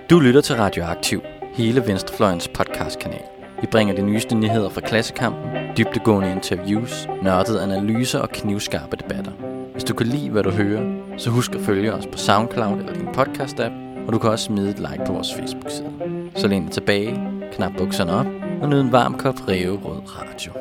Du lytter til Radioaktiv, hele Venstrefløjens podcastkanal. Vi bringer de nyeste nyheder fra klassekampen, dybdegående interviews, nørdede analyser og knivskarpe debatter. Hvis du kan lide, hvad du hører, så husk at følge os på SoundCloud eller din podcast-app, og du kan også smide et like på vores Facebook-side. Så læn dig tilbage, knap bukserne op og nyd en varm kop ræverød radio.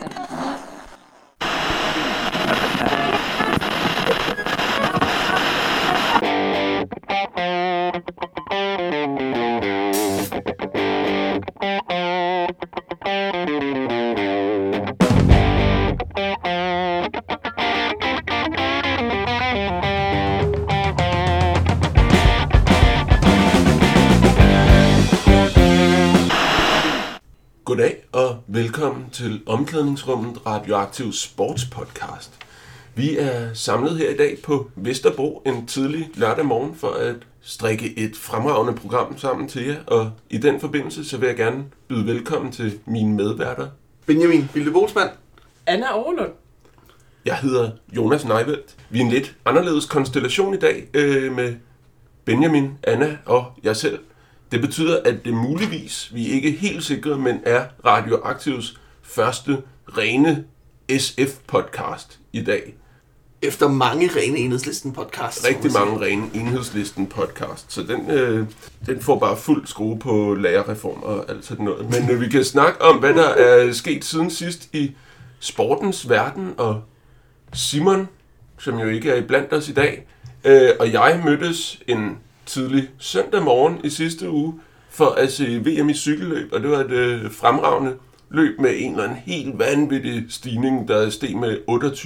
Goddag og velkommen til Omklædningsrummet Radioaktiv Sportspodcast. Vi er samlet her i dag på Vesterbro en tidlig lørdag morgen for at strikke et fremragende program sammen til jer. Og i den forbindelse så vil jeg gerne byde velkommen til mine medværter. Benjamin Bilde-Bolsmann. Anna Overlund. Jeg hedder Jonas Neiveldt. Vi er en lidt anderledes konstellation i dag med Benjamin, Anna og jeg selv. Det betyder, at det muligvis, vi er ikke helt sikre, men er Radioaktivs første rene SF-podcast i dag. Efter mange rene Enhedslisten-podcasts. Rigtig mange rene Enhedslisten-podcast. Så den får bare fuld skrue på lærerreform og alt sådan noget. Men vi kan snakke om, hvad der er sket siden sidst i sportens verden. Og Simon, som jo ikke er iblandt os i dag, og jeg mødtes en tidlig søndag morgen i sidste uge for at se VM i cykelløb, og det var et fremragende løb med en eller anden helt vanvittig stigning, der steg med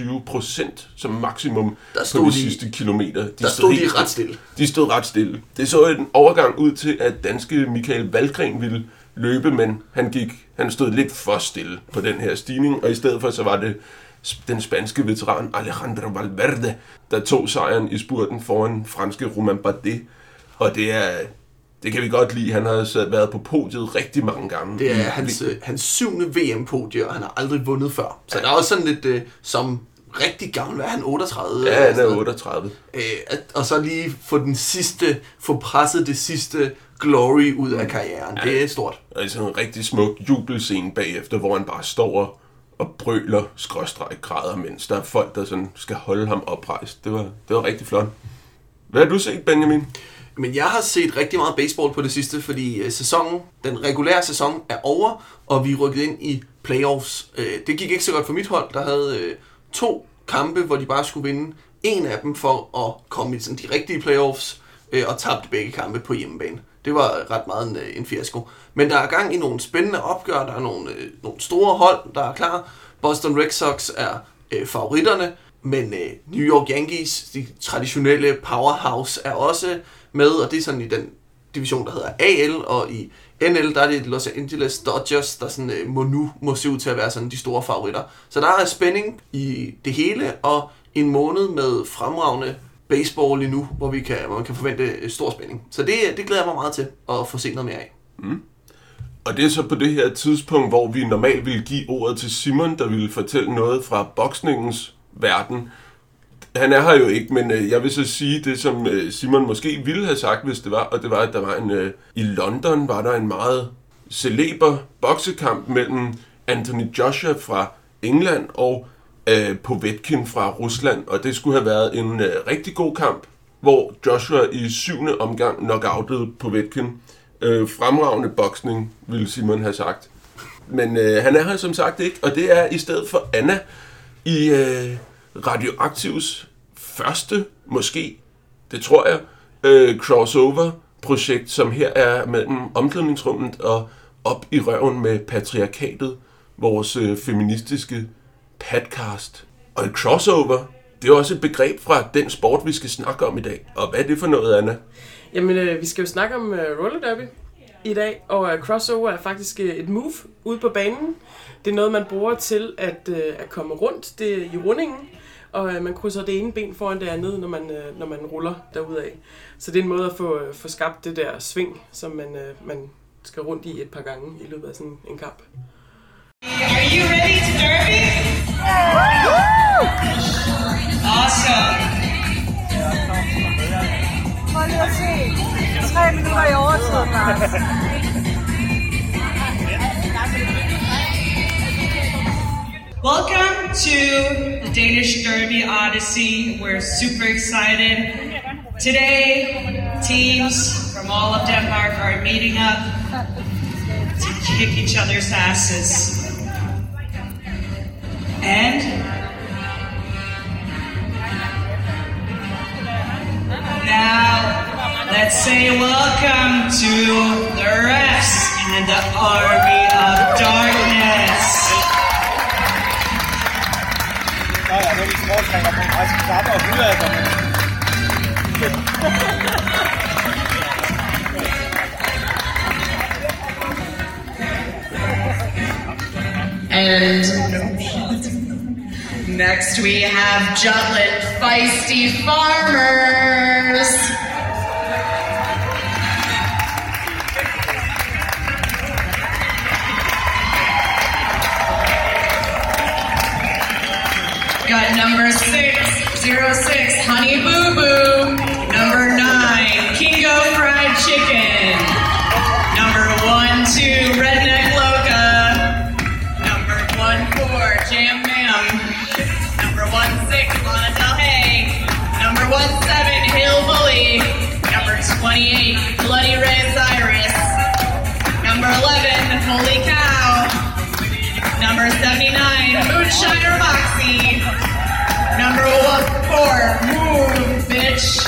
28% som maksimum på de sidste kilometer. Der stod de ret stille. De stod ret stille. Det så en overgang ud til, at danske Michael Valgren ville løbe, men han stod lidt for stille på den her stigning, og i stedet for så var det den spanske veteran Alejandro Valverde, der tog sejren i spurten foran franske Romain Bardet. Og det kan vi godt lide. Han har været på podiet rigtig mange gange. Det er hans 7. VM-podie, og han har aldrig vundet før. Så der er også sådan lidt som rigtig gammel. Hvad er han? 38? Ja, han er 38. Og så lige få presset det sidste glory ud af karrieren. Ja. Det er stort. Og sådan en rigtig smuk jubelscene bagefter, hvor han bare står og brøler /græder, mens der er folk, der sådan skal holde ham oprejst. Det var rigtig flot. Hvad har du set, Benjamin? Men jeg har set rigtig meget baseball på det sidste, fordi den regulære sæson er over, og vi er rykket ind i playoffs. Det gik ikke så godt for mit hold. Der havde 2 kampe, hvor de bare skulle vinde en af dem for at komme i sådan de rigtige playoffs, og tabte begge kampe på hjemmebane. Det var ret meget en fiasko. Men der er gang i nogle spændende opgør, der er nogle store hold, der er klar. Boston Red Sox er favoritterne, men New York Yankees, de traditionelle powerhouse, er også med, og det er sådan i den division, der hedder AL, og i NL, der er det Los Angeles Dodgers, der sådan, må se ud til at være sådan de store favoritter. Så der er spænding i det hele, og en måned med fremragende baseball lige nu, hvor man kan forvente stor spænding. Så det glæder jeg mig meget til at få set noget mere af. Mm. Og det er så på det her tidspunkt, hvor vi normalt ville give ordet til Simon, der ville fortælle noget fra boksningens verden. Han er her jo ikke, men jeg vil så sige det, som Simon måske ville have sagt, hvis det var, og det var, at der var i London var der en meget celeber boksekamp mellem Anthony Joshua fra England og Povetkin fra Rusland, og det skulle have været en rigtig god kamp, hvor Joshua i 7. omgang knockoutede Povetkin. Fremragende boksning, ville Simon have sagt. Men han er her som sagt ikke, og det er i stedet for Anna i Radioaktivs første, måske, det tror jeg, crossover-projekt, som her er mellem Omklædningsrummet og Op i røven med patriarkatet, vores feministiske podcast. Og et crossover, det er også et begreb fra den sport, vi skal snakke om i dag. Og hvad er det for noget, Anna? Jamen, vi skal jo snakke om roller derby i dag, og crossover er faktisk et move ude på banen. Det er noget, man bruger til at komme rundt i rundingen, og man krydser det ene ben foran det andet, når man ruller derudad. Så det er en måde at få skabt det der sving, som man skal rundt i et par gange i løbet af sådan en kamp. Are you ready to derby? Awesome. Prøv lige at se. 3 minutter i overtid. Welcome to the Danish Derby Odyssey. We're super excited. Today, teams from all of Denmark are meeting up to kick each other's asses. And now, let's say welcome to the refs and the Army of Darkness. And next we have Jutland Feisty Farmers. Got number 606 Honey Boo Boo. Number 9 Kingo Fried Chicken. Number 12 Redneck Loca. Number 14 Jam Mam. Number 16 Lana Del Rey. Number 17 Hill Bully. Number 28 Bloody Red Cyrus. Number 11 Holy Cow. Number 79 Moonshiner Moxie. Number 4 Move, bitch.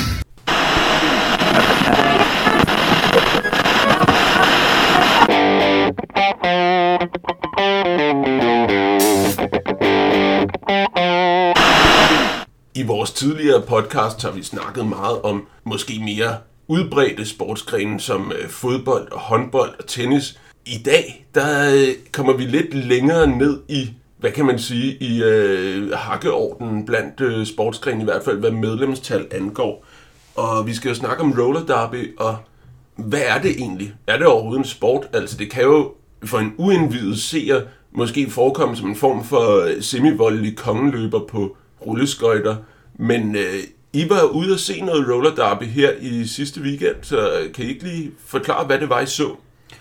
I vores tidligere podcast har vi snakket meget om måske mere udbredte sportsgrene som fodbold og håndbold og tennis. I dag, der kommer vi lidt længere ned i, hvad kan man sige, i hakkeordenen blandt sportsgrene, i hvert fald hvad medlemstal angår. Og vi skal jo snakke om roller derby, og hvad er det egentlig? Er det overhovedet en sport? Altså det kan jo for en uindvidet seer måske forekomme som en form for semivoldelig kongeløber på rulleskøjter. Men I var ude at se noget roller derby her i sidste weekend, så kan I ikke lige forklare, hvad det var, I så?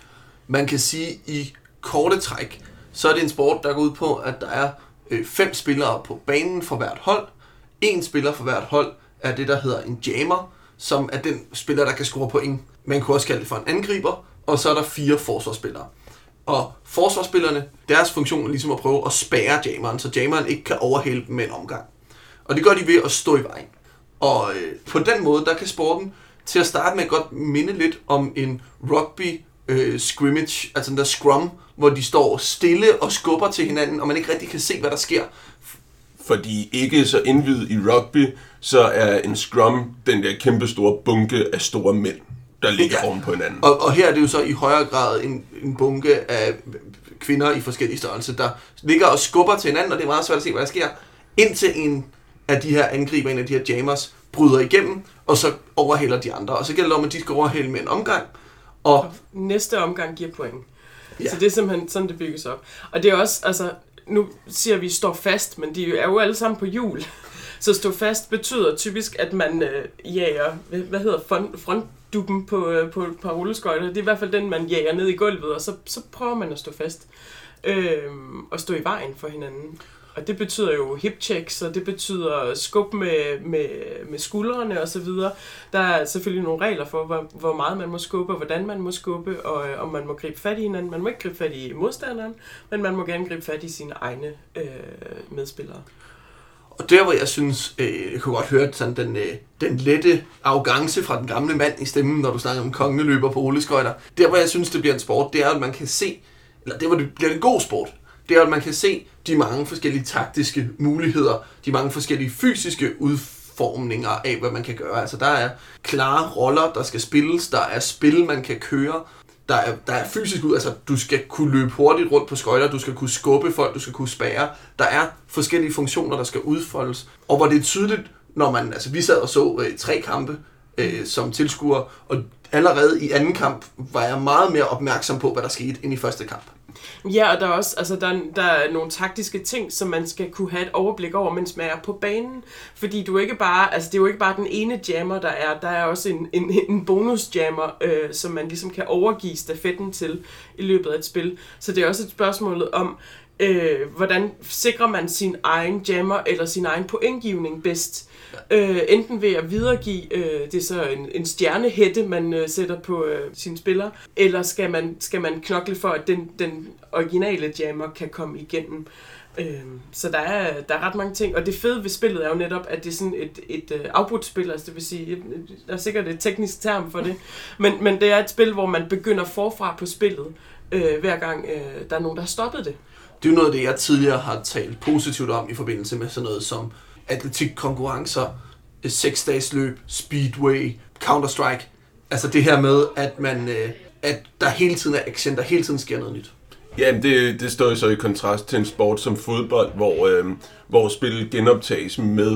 Man kan sige, i korte træk, så er det en sport, der går ud på, at der er 5 spillere på banen for hvert hold. 1 spiller for hvert hold er det, der hedder en jammer, som er den spiller, der kan score point. Man kunne også kalde det for en angriber, og så er der 4 forsvarsspillere. Og forsvarsspillerne, deres funktion er ligesom at prøve at spærre jammeren, så jammeren ikke kan overhælde dem med en omgang. Og det gør de ved at stå i vejen. Og på den måde, der kan sporten til at starte med godt minde lidt om en rugby scrimmage, altså den der scrum, hvor de står stille og skubber til hinanden, og man ikke rigtig kan se, hvad der sker. Fordi ikke så indvidet i rugby, så er en scrum den der kæmpe store bunke af store mænd, der ligger oven på hinanden. Og her er det jo så i højere grad en bunke af kvinder i forskellige størrelser, der ligger og skubber til hinanden, og det er meget svært at se, hvad der sker, indtil en af de her angriber, en af de her jammers, bryder igennem, og så overhælder de andre. Og så gælder det om, at de skal overhælde med en omgang. Og næste omgang giver point. Ja. Så det er simpelthen sådan, det bygges op. Og det er også, altså, nu siger vi står fast, men de er jo alle sammen på hjul. Så stå fast betyder typisk, at man jager, hvad hedder frontduppen på et par rulleskøjter. Det er i hvert fald den, man jager ned i gulvet, og så prøver man at stå fast og stå i vejen for hinanden. Og det betyder jo hip checks, og det betyder skub med skuldrene og så videre. Der er selvfølgelig nogle regler for, hvor meget man må skubbe, og hvordan man må skubbe, og om man må gribe fat i hinanden. Man må ikke gribe fat i modstanderen, men man må gerne gribe fat i sine egne medspillere. Og der, hvor jeg synes, jeg kunne godt høre sådan den lette arrogance fra den gamle mand i stemmen, når du snakker om kongeløber på rulleskøjter. Der, hvor jeg synes, det bliver en sport, det er, at man kan se, eller det, hvor det bliver en god sport, det er, at man kan se de mange forskellige taktiske muligheder, de mange forskellige fysiske udformninger af, hvad man kan gøre. Altså, der er klare roller, der skal spilles, der er spil, man kan køre, der er fysisk ud, altså du skal kunne løbe hurtigt rundt på skøjter, du skal kunne skubbe folk, du skal kunne spærre. Der er forskellige funktioner, der skal udfoldes, og hvor det er tydeligt, når man, altså vi sad og så 3 kampe som tilskuer, og allerede i anden kamp var jeg meget mere opmærksom på, hvad der skete end i første kamp. Ja, og der er også der er nogle taktiske ting, som man skal kunne have et overblik over, mens man er på banen. Fordi det er jo ikke bare den ene jammer, der er også en bonus-jammer, som man ligesom kan overgive stafetten til i løbet af et spil. Så det er også et spørgsmål om, hvordan sikrer man sin egen jammer eller sin egen pointgivning bedst. Enten ved at videregive, det er så en stjernehætte, man sætter på sine spillere, eller skal man knokle for, at den originale jammer kan komme igennem. Så der er ret mange ting, og det fede ved spillet er jo netop, at det er sådan et afbrudt spil, altså det vil sige, der er sikkert et teknisk term for det, men det er et spil, hvor man begynder forfra på spillet, hver gang der er nogen, der har stoppet det. Det er jo noget af det, jeg tidligere har talt positivt om i forbindelse med sådan noget som atletikkonkurrencer, 6-dages løb, speedway, Counter-Strike. Altså det her med, at der hele tiden er action, der hele tiden sker noget nyt. Jamen, det står jo så i kontrast til en sport som fodbold, hvor spillet genoptages med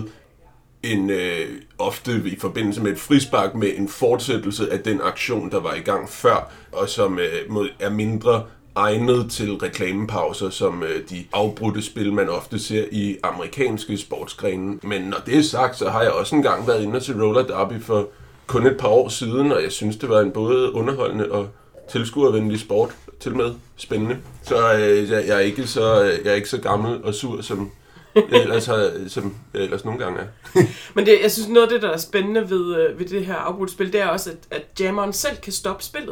ofte i forbindelse med et frispark med en fortsættelse af den aktion, der var i gang før, og som er mindre egnet til reklamepauser, som de afbrudte spil, man ofte ser i amerikanske sportsgrene. Men når det er sagt, så har jeg også engang været inde til roller derby for kun et par år siden, og jeg synes, det var en både underholdende og tilskuervenlig sport, til med spændende. Så jeg er ikke så gammel og sur, som jeg ellers nogle gange er. Men jeg synes, noget af det, der er spændende ved det her afbrudt spil, det er også, at jammeren selv kan stoppe spillet.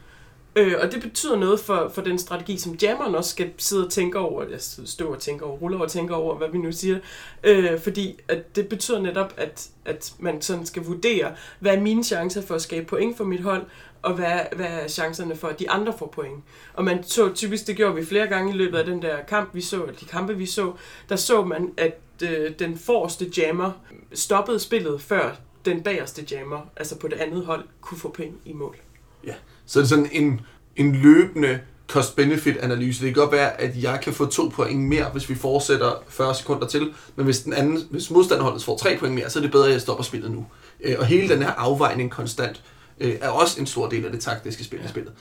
Og det betyder noget for den strategi, som jammeren også skal sidde og tænke over, rulle og tænke over, hvad vi nu siger. Fordi at det betyder netop, at man sådan skal vurdere, hvad er mine chancer for at skabe point for mit hold, og hvad er chancerne for, at de andre får point. Og man så typisk, det gjorde vi flere gange i løbet af den der kampe vi så, der så man, at den forreste jammer stoppede spillet, før den bagerste jammer, altså på det andet hold, kunne få point i mål. Ja, så det er sådan en løbende cost-benefit-analyse. Det kan godt være, at jeg kan få 2 point mere, hvis vi fortsætter 40 sekunder til, men hvis modstanderholdet får 3 point mere, så er det bedre, at jeg stopper spillet nu. Og hele den her afvejning konstant er også en stor del af det taktiske spil i spillet.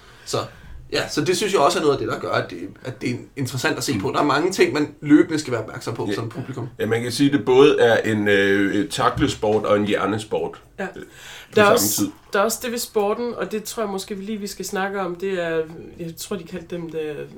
Så det synes jeg også er noget af det, der gør, at det er interessant at se på. Der er mange ting, man løbende skal være opmærksom på som publikum. Ja, man kan sige, at det både er en taklesport og en hjernesport. Ja. Der er også det ved sporten, og det tror jeg måske vi skal snakke om. Det er, jeg tror, de kaldte dem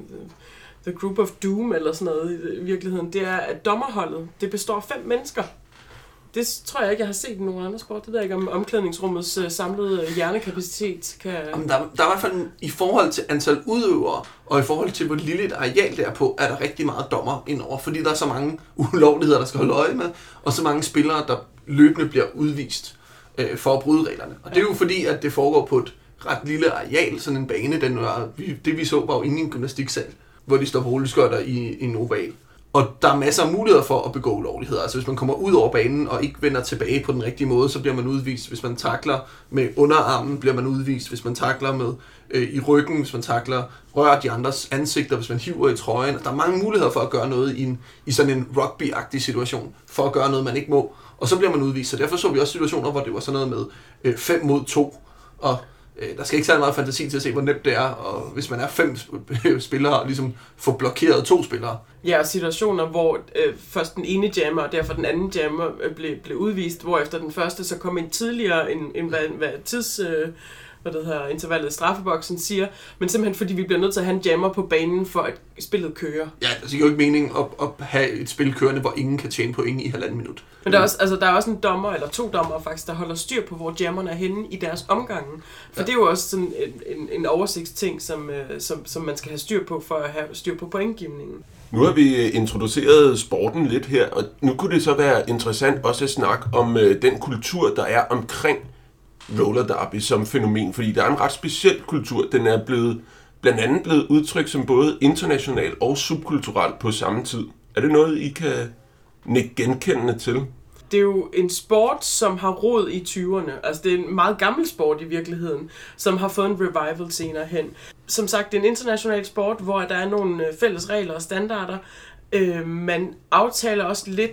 The Group of Doom eller sådan noget i virkeligheden. Det er, at dommerholdet, det består af 5 mennesker. Det tror jeg ikke, jeg har set i nogen andre sport. Det ved jeg ikke, om omklædningsrummets samlede hjernekapacitet kan... Der er i hvert fald i forhold til antal udøvere, og i forhold til, hvor lille et areal det er på, er der rigtig meget dommer indover. Fordi der er så mange ulovligheder, der skal holde øje med, og så mange spillere, der løbende bliver udvist for at bryde reglerne. Og det er jo fordi, at det foregår på et ret lille areal, sådan en bane. Det vi så var jo inde i en gymnastiksal, hvor de står på rulleskøjter i en oval. Og der er masser af muligheder for at begå ulovligheder. Altså hvis man kommer ud over banen og ikke vender tilbage på den rigtige måde, så bliver man udvist. Hvis man takler med underarmen, bliver man udvist. Hvis man takler med i ryggen, hvis man takler rører de andres ansigter, hvis man hiver i trøjen. Der er mange muligheder for at gøre noget i sådan en rugby-agtig situation, for at gøre noget, man ikke må. Og så bliver man udvist. Så derfor så vi også situationer, hvor det var sådan noget med 5 mod 2. Og der skal ikke særlig meget fantasi til at se, hvor nemt det er, og hvis man er 5 spillere, ligesom få blokeret 2 spillere. Ja, og situationer, hvor først den ene jammer, og derfor den anden jammer blev udvist, hvor efter den første så kom en tidligere, intervallet i straffeboksen siger, men simpelthen fordi vi bliver nødt til at have en jammer på banen, for at spillet kører. Ja, det er jo ikke mening at have et spil kørende, hvor ingen kan tjene point i 1,5 minut. Men der er også en dommer, eller 2 dommer faktisk, der holder styr på, hvor jammerne er henne i deres omgange. For det er jo også sådan en oversigtsting, som man skal have styr på, for at have styr på pointgivningen. Nu har vi introduceret sporten lidt her, og nu kunne det så være interessant også at snakke om den kultur, der er omkring roller derby som fænomen, fordi der er en ret speciel kultur. Den er blandt andet blevet udtrykt som både international og subkulturel på samme tid. Er det noget, I kan nikke genkendende til? Det er jo en sport, som har rod i 20'erne. Altså det er en meget gammel sport i virkeligheden, som har fået en revival senere hen. Som sagt, det er en international sport, hvor der er nogle fælles regler og standarder. Man aftaler også lidt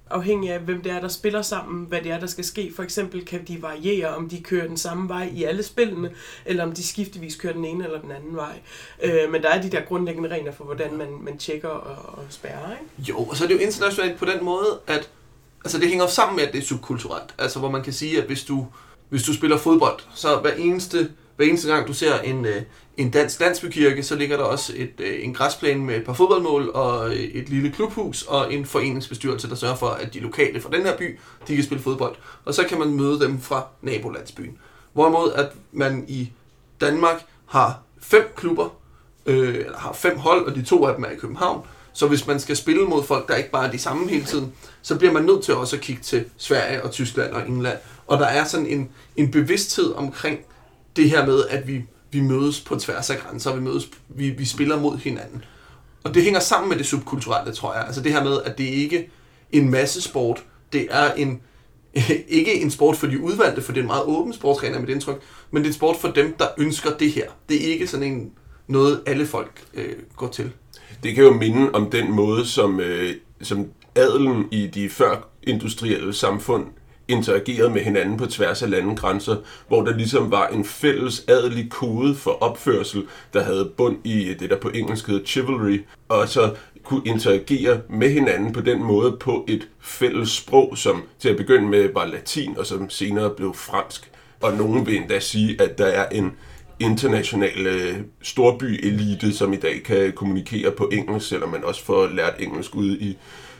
afhængig af, hvem det er, der spiller sammen, hvad det er, der skal ske. For eksempel kan de variere, om de kører den samme vej i alle spillene, eller om de skiftevis kører den ene eller den anden vej. Men der er de der grundlæggende regler for, hvordan man tjekker og spærrer, ikke? Jo, og så er det jo internationalt på den måde, at altså det hænger sammen med, at det er subkulturelt. Altså hvor man kan sige, at hvis du spiller fodbold, så hver eneste gang du ser en dansk landsbykirke, så ligger der også en græsplæne med et par fodboldmål og et lille klubhus og en foreningsbestyrelse, der sørger for, at de lokale fra den her by, de kan spille fodbold. Og så kan man møde dem fra nabolandsbyen. Hvorimod at man i Danmark har 5 klubber, eller har 5 hold, og de 2 af dem er i København. Så hvis man skal spille mod folk, der ikke bare er de samme hele tiden, så bliver man nødt til også at kigge til Sverige og Tyskland og England. Og der er sådan en bevidsthed omkring det her med, at vi mødes på tværs af grænser, vi spiller mod hinanden. Og det hænger sammen med det subkulturelle, tror jeg. Altså det her med, at det ikke er en massesport, det er ikke en sport for de udvalgte, for det er en meget åben sportsgren af mit indtryk, men det er en sport for dem, der ønsker det her. Det er ikke sådan noget, alle folk går til. Det kan jo minde om den måde, som adelen i de førindustrielle samfund interagerede med hinanden på tværs af landegrænser, hvor der ligesom var en fælles adelig kode for opførsel, der havde bund i det, der på engelsk hedder chivalry, og så kunne interagere med hinanden på den måde på et fælles sprog, som til at begynde med var latin, og som senere blev fransk. Og nogen vil endda sige, at der er en international storby-elite, som i dag kan kommunikere på engelsk, selvom man også får lært engelsk ude i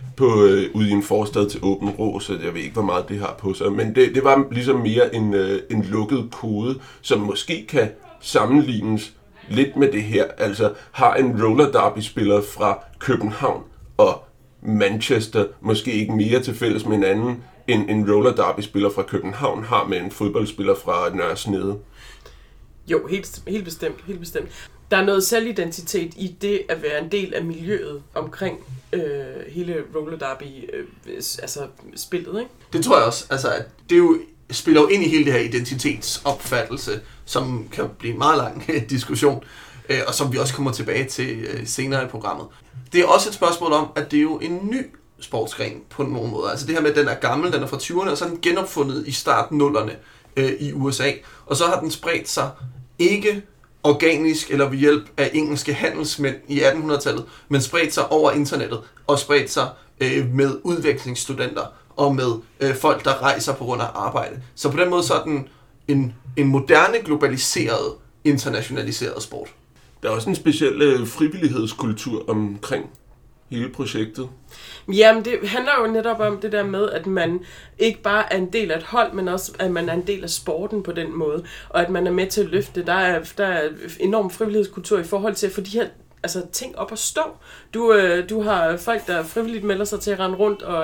en forstad til Åben Rå, så jeg ved ikke, hvor meget det har på sig. Men det var ligesom mere en lukket kode, som måske kan sammenlignes lidt med det her. Altså har en roller derby-spiller fra København og Manchester måske ikke mere til fælles med hinanden, end en roller derby-spiller fra København har med en fodboldspiller fra Nørresnede. Jo, helt bestemt. Der er noget selvidentitet i det at være en del af miljøet omkring hele roller derby spillet, ikke? Det tror jeg også. Altså, at det jo spiller jo ind i hele det her identitetsopfattelse, som kan blive en meget lang diskussion, og som vi også kommer tilbage til senere i programmet. Det er også et spørgsmål om, at det er jo en ny sportsgren på nogle måder. Altså det her med, at den er gammel, den er fra 20'erne, og så er den genopfundet i starten 0'erne i USA. Og så har den spredt sig ikke organisk eller ved hjælp af engelske handelsmænd i 1800-tallet, men spredt sig over internettet og spredt sig med udvekslingsstudenter og med folk, der rejser på grund af arbejde. Så på den måde så er den en moderne, globaliseret, internationaliseret sport. Der er også en speciel frivillighedskultur omkring hele projektet. Jamen, det handler jo netop om det der med, at man ikke bare er en del af et hold, men også, at man er en del af sporten på den måde, og at man er med til at løfte. Der er enorm frivillighedskultur i forhold til at få de her ting op at stå. Du har folk, der frivilligt melder sig til at rende rundt og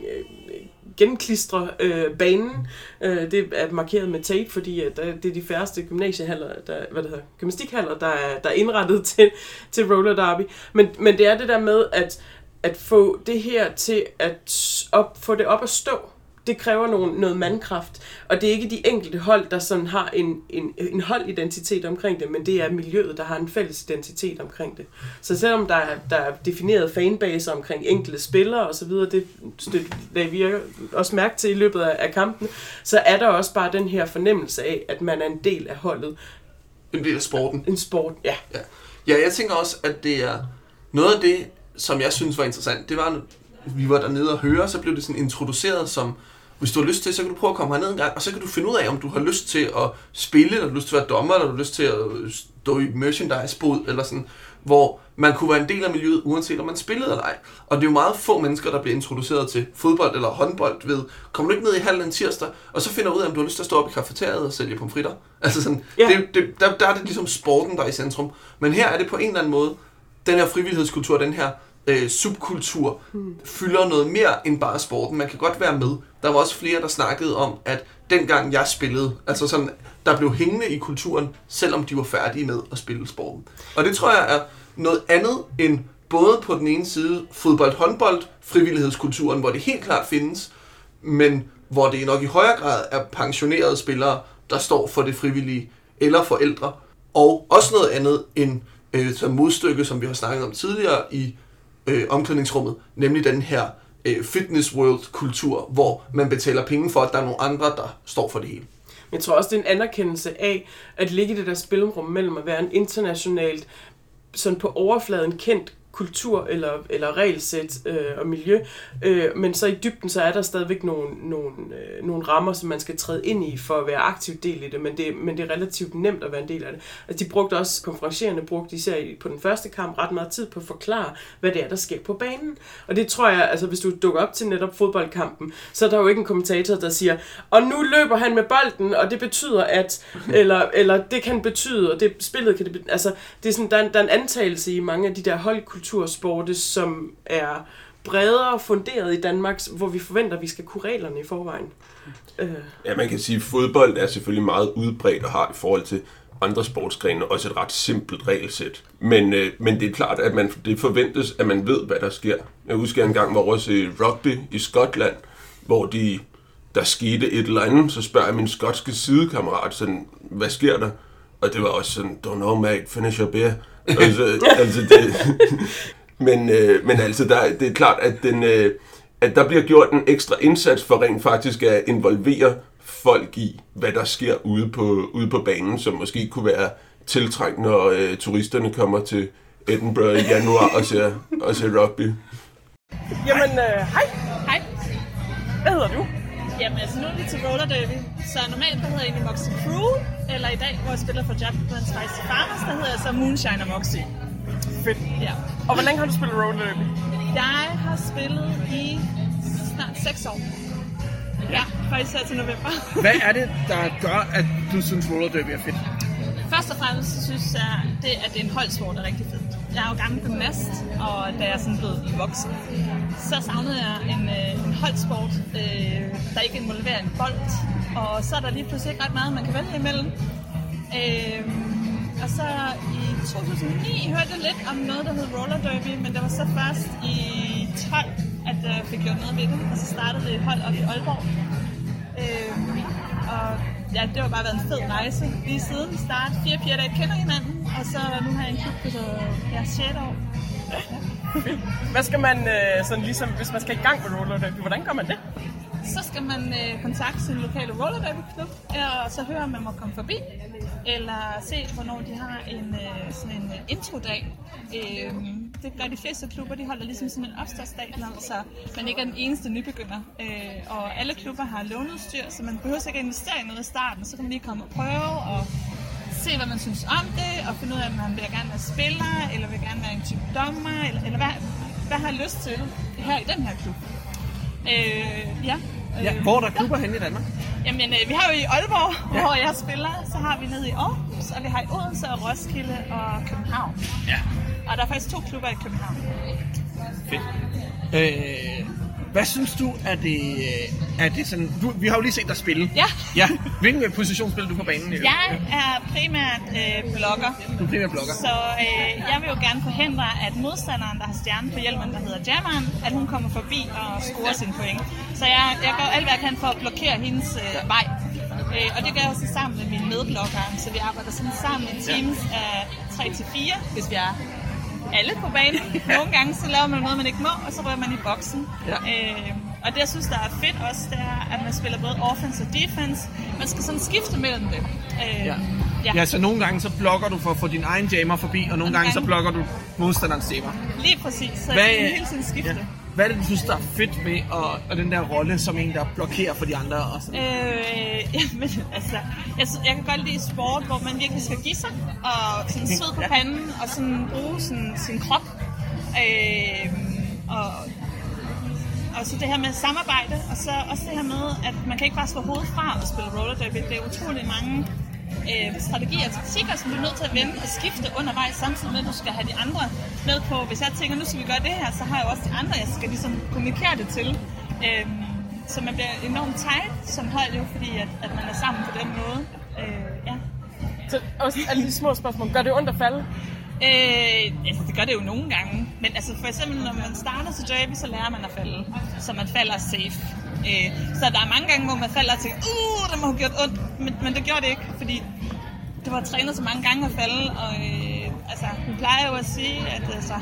genklistre banen. Det er markeret med tape, fordi det er de færreste gymnasiehaller, gymnastikhaller, der er indrettet til roller derby. Men det er det der med, at få det her til at få det op at stå. Det kræver noget mandkraft, og det er ikke de enkelte hold, der sådan har en holdidentitet omkring det, men det er miljøet, der har en fælles identitet omkring det. Så selvom der er defineret fanbase omkring enkelte spillere og så videre, det vi også mærke til i løbet af kampen, så er der også bare den her fornemmelse af, at man er en del af holdet. En del af sporten. En sport, ja. Ja, jeg tænker også, at det er noget af det, som jeg synes var interessant. Det var, vi var dernede og høre, så blev det sådan introduceret som, hvis du har lyst til, så kan du prøve at komme herned en gang, og så kan du finde ud af, om du har lyst til at spille, eller du har lyst til at være dommer, eller du har lyst til at stå i merchandise-bod, eller sådan, hvor man kunne være en del af miljøet, uanset om man spillede eller ej. Og det er jo meget få mennesker, der bliver introduceret til fodbold eller håndbold ved, kommer du ikke ned i hallen en tirsdag, og så finder du ud af, om du har lyst til at stå op i kafeteriet og sælge pomfritter. Altså sådan, Ja. der er det ligesom sporten, der er i centrum. Men her er det på en eller anden måde, den her frivillighedskultur, den her subkultur, fylder noget mere end bare sporten. Man kan godt være med. Der var også flere, der snakkede om, at dengang jeg spillede, altså sådan, der blev hængende i kulturen, selvom de var færdige med at spille sporten. Og det tror jeg er noget andet end både på den ene side fodbold-håndbold, frivillighedskulturen, hvor det helt klart findes, men hvor det nok i højere grad er pensionerede spillere, der står for det frivillige, eller forældre. Og også noget andet end som modstykke, som vi har snakket om tidligere i omklædningsrummet, nemlig den her fitness world-kultur, hvor man betaler penge for, at der er nogle andre, der står for det hele. Men jeg tror også, det er en anerkendelse af, at ligge i det der spilrum mellem at være en internationalt, sådan på overfladen kendt kultur eller regelsæt og miljø, men så i dybden, så er der stadigvæk nogle rammer, som man skal træde ind i for at være aktiv del i det, men det er relativt nemt at være en del af det. Altså de brugte også, konferencierende brugte især på den første kamp ret meget tid på at forklare, hvad det er, der sker på banen. Og det tror jeg, altså hvis du dukker op til netop fodboldkampen, så er der jo ikke en kommentator, der siger, og nu løber han med bolden, og det betyder at, eller det kan betyde, og det spillet kan det betyde, altså det er sådan, der er en antagelse i mange af de der holdkultursporte, som er bredere funderet i Danmark, hvor vi forventer, at vi skal kunne reglerne i forvejen. Ja, man kan sige, at fodbold er selvfølgelig meget udbredt og har i forhold til andre sportsgrene også et ret simpelt regelsæt. Men det er klart, at det forventes, at man ved, hvad der sker. Jeg husker en gang, hvor jeg også i rugby i Skotland, hvor der skete et eller andet, så spørger jeg min skotske sidekammerat sådan, hvad sker der? Og det var også sådan, don't know mate, finish your beer. altså det... Men altså, det er klart, at der bliver gjort en ekstra indsats for rent faktisk at involvere folk i, hvad der sker ude på banen, som måske kunne være tiltrængt, når turisterne kommer til Edinburgh i januar og ser rugby. Jamen, hej. Hej. Hvad hedder du? Jamen, altså nu er vi til roller derby, så normalt der hedder jeg egentlig Moxie Crew, eller i dag, hvor jeg spiller for Japan Spicy Farmers, der hedder jeg så Moonshine og Moxie. Fedt. Ja. Og hvor længe har du spillet roller derby? Jeg har spillet i snart 6 år. Ja, faktisk her til november. Hvad er det, der gør, at du synes roller derby er fedt? Først og fremmest så synes jeg, at det er en holdsport er rigtig fedt. Jeg er jo gammel gymnast, og da jeg er sådan blevet voksen, så savnede jeg en holdsport, der ikke involverer en bold. Og så er der lige pludselig ikke ret meget, man kan vælge imellem. Og så i 2009 hørte jeg lidt om noget, der hed roller derby, men det var så først i 12, at jeg fik gjort noget ved det. Og så startede det et hold op i Aalborg. Og ja, det har bare været en fed rejse lige siden start. 4 piger, der ikke kender hinanden, og så nu har jeg en klub på 6. år. Ja. Hvad skal man, sådan ligesom, hvis man skal i gang med roller derby, hvordan gør man det? Så skal man kontakte sin lokale roller derby klub, og så høre, om man må komme forbi, eller se, hvornår de har sådan en introdag. Det gør de fleste klubber, de holder ligesom sådan en opstartsdag, så man ikke er den eneste nybegynder. Og alle klubber har låneudstyr, så man behøver ikke at investere i noget i starten, så kan man lige komme og prøve og se, hvad man synes om det, og finde ud af, om man vil gerne være spiller, eller vil gerne være en type dommer, eller hvad har jeg lyst til her i den her klub. Hvor er der klubber henne i Danmark? Jamen, vi har jo i Aalborg, hvor jeg spiller, så har vi nede i Aarhus, og vi har i Odense og Roskilde og København. Ja. Og der er faktisk 2 klubber i København. Fedt. Hvad synes du, er det sådan... Vi har jo lige set dig spille. Ja. Hvilken position spiller du på banen? Jeg er primært blogger. Du er primært blogger. Så jeg vil jo gerne forhindre, at modstanderen, der har stjernen på hjelmen, der hedder Jammeren, at hun kommer forbi og scorer sine point. Så jeg gør alt, hvad jeg kan for at blokere hendes vej. Og det gør jeg også sammen med mine medbloggere, så vi arbejder sådan sammen i teams af 3-4, hvis vi er alle på banen. Nogle gange så laver man noget, man ikke må, og så rører man i boksen. Ja. Og det, jeg synes, der er fedt også, det er, at man spiller både offense og defense. Man skal sådan skifte mellem det. Ja, så nogle gange så blokker du for at få din egen jammer forbi, og nogle gange så blokker du modstanderens jammer. Lige præcis, så jeg kan hele tiden skifte. Ja. Hvad er det, du synes, der er fedt ved og den der rolle som en, der blokerer for de andre? Og sådan? Jamen, altså, jeg kan godt lide sport, hvor man virkelig skal give sig, og sådan sved på panden, og sådan bruge sin krop. Og så det her med samarbejde, og så også det her med, at man kan ikke bare slå hovedet fra og spille roller derby. Det er utrolig mange strategier og taktikker, som du er nødt til at vende og skifte undervejs, samtidig med, at du skal have de andre med på. Hvis jeg tænker, nu skal vi gøre det her, så har jeg også de andre, jeg skal ligesom kommunikere det til. Så man bliver enormt tight som hold, jo, fordi at man er sammen på den måde. Så også alle de små spørgsmål, gør det ondt at falde? Altså, det gør det jo nogle gange. Men altså, for eksempel, når man starter til derby, så lærer man at falde. Så man falder safe. Så der er mange gange, hvor man falder og tænker, det må have gjort ondt. Men det gjorde det ikke, fordi det var trænet så mange gange at falde. Og altså, vi plejer jo at sige, at altså,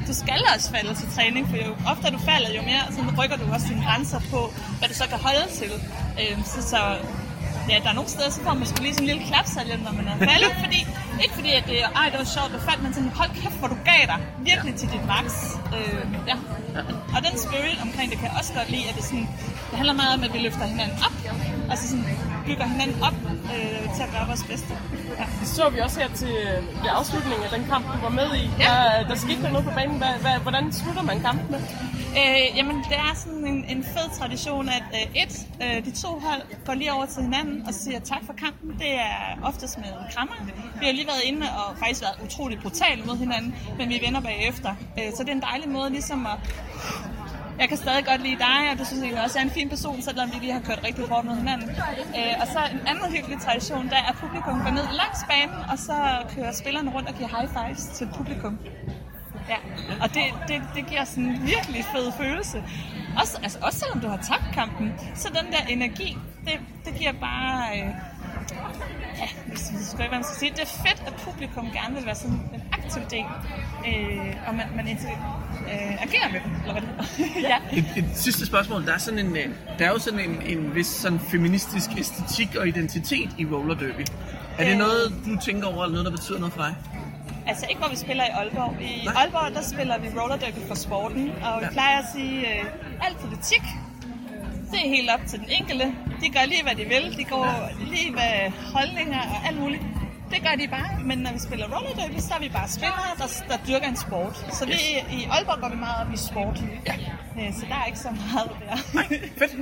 du skal også falde til træning, for jo oftere du falder, jo mere så rykker du også dine grænser på, hvad du så kan holde til. Så ja, der er nogle steder, så får man sgu lige sådan en lille klapsalje, når man er faldet, ikke fordi at det var sjovt, du faldt, men sådan, hold kæft, hvor du gav dig virkelig til dit max. Ja. Og den spirit omkring det kan jeg også godt lide, at det handler meget om, at vi løfter hinanden op, og så sådan bygger hinanden op til at gøre vores bedste. Ja. Det så vi også her til afslutningen af den kamp, du var med i. Ja. Der skete noget på banen. Hvordan slutter man kampen med? Jamen, det er sådan en fed tradition, at de to hold går lige over til hinanden og siger tak for kampen. Det er oftest med krammer. Vi har lige været inde og faktisk været utrolig brutale mod hinanden, men vi vender bagefter. Så det er en dejlig måde ligesom at... Jeg kan stadig godt lide dig, og du synes egentlig også, at jeg er en fin person, selvom vi lige har kørt rigtig hårdt mod hinanden. Og så en anden hyggelig tradition, der er, at publikum går ned langs banen, og så kører spillerne rundt og giver high fives til publikum. Ja, og det giver sådan en virkelig fed følelse. Også selvom du har tabt kampen, så den der energi, det giver bare... Ja, jeg skal ikke, hvad man skal sige. Det er fedt, at publikum gerne vil være sådan en aktiv del, og man agerer med dem, eller hvad det ja. Et sidste spørgsmål. Der er jo sådan en vis sådan feministisk æstetik og identitet i roller derby. Er det noget, du tænker over, eller noget, der betyder noget for dig? Altså ikke, hvor vi spiller i Aalborg. I Aalborg, der spiller vi roller derby for sporten, og vi plejer at sige, alt politik, det er helt op til den enkelte. De gør lige, hvad de vil. De går lige med holdninger og alt muligt. Det gør de bare. Men når vi spiller roller derby, så er vi bare spillere, der dyrker en sport. Så vi i Aalborg går vi meget op i sport. Ja. Så der er ikke så meget der. Nej, fedt.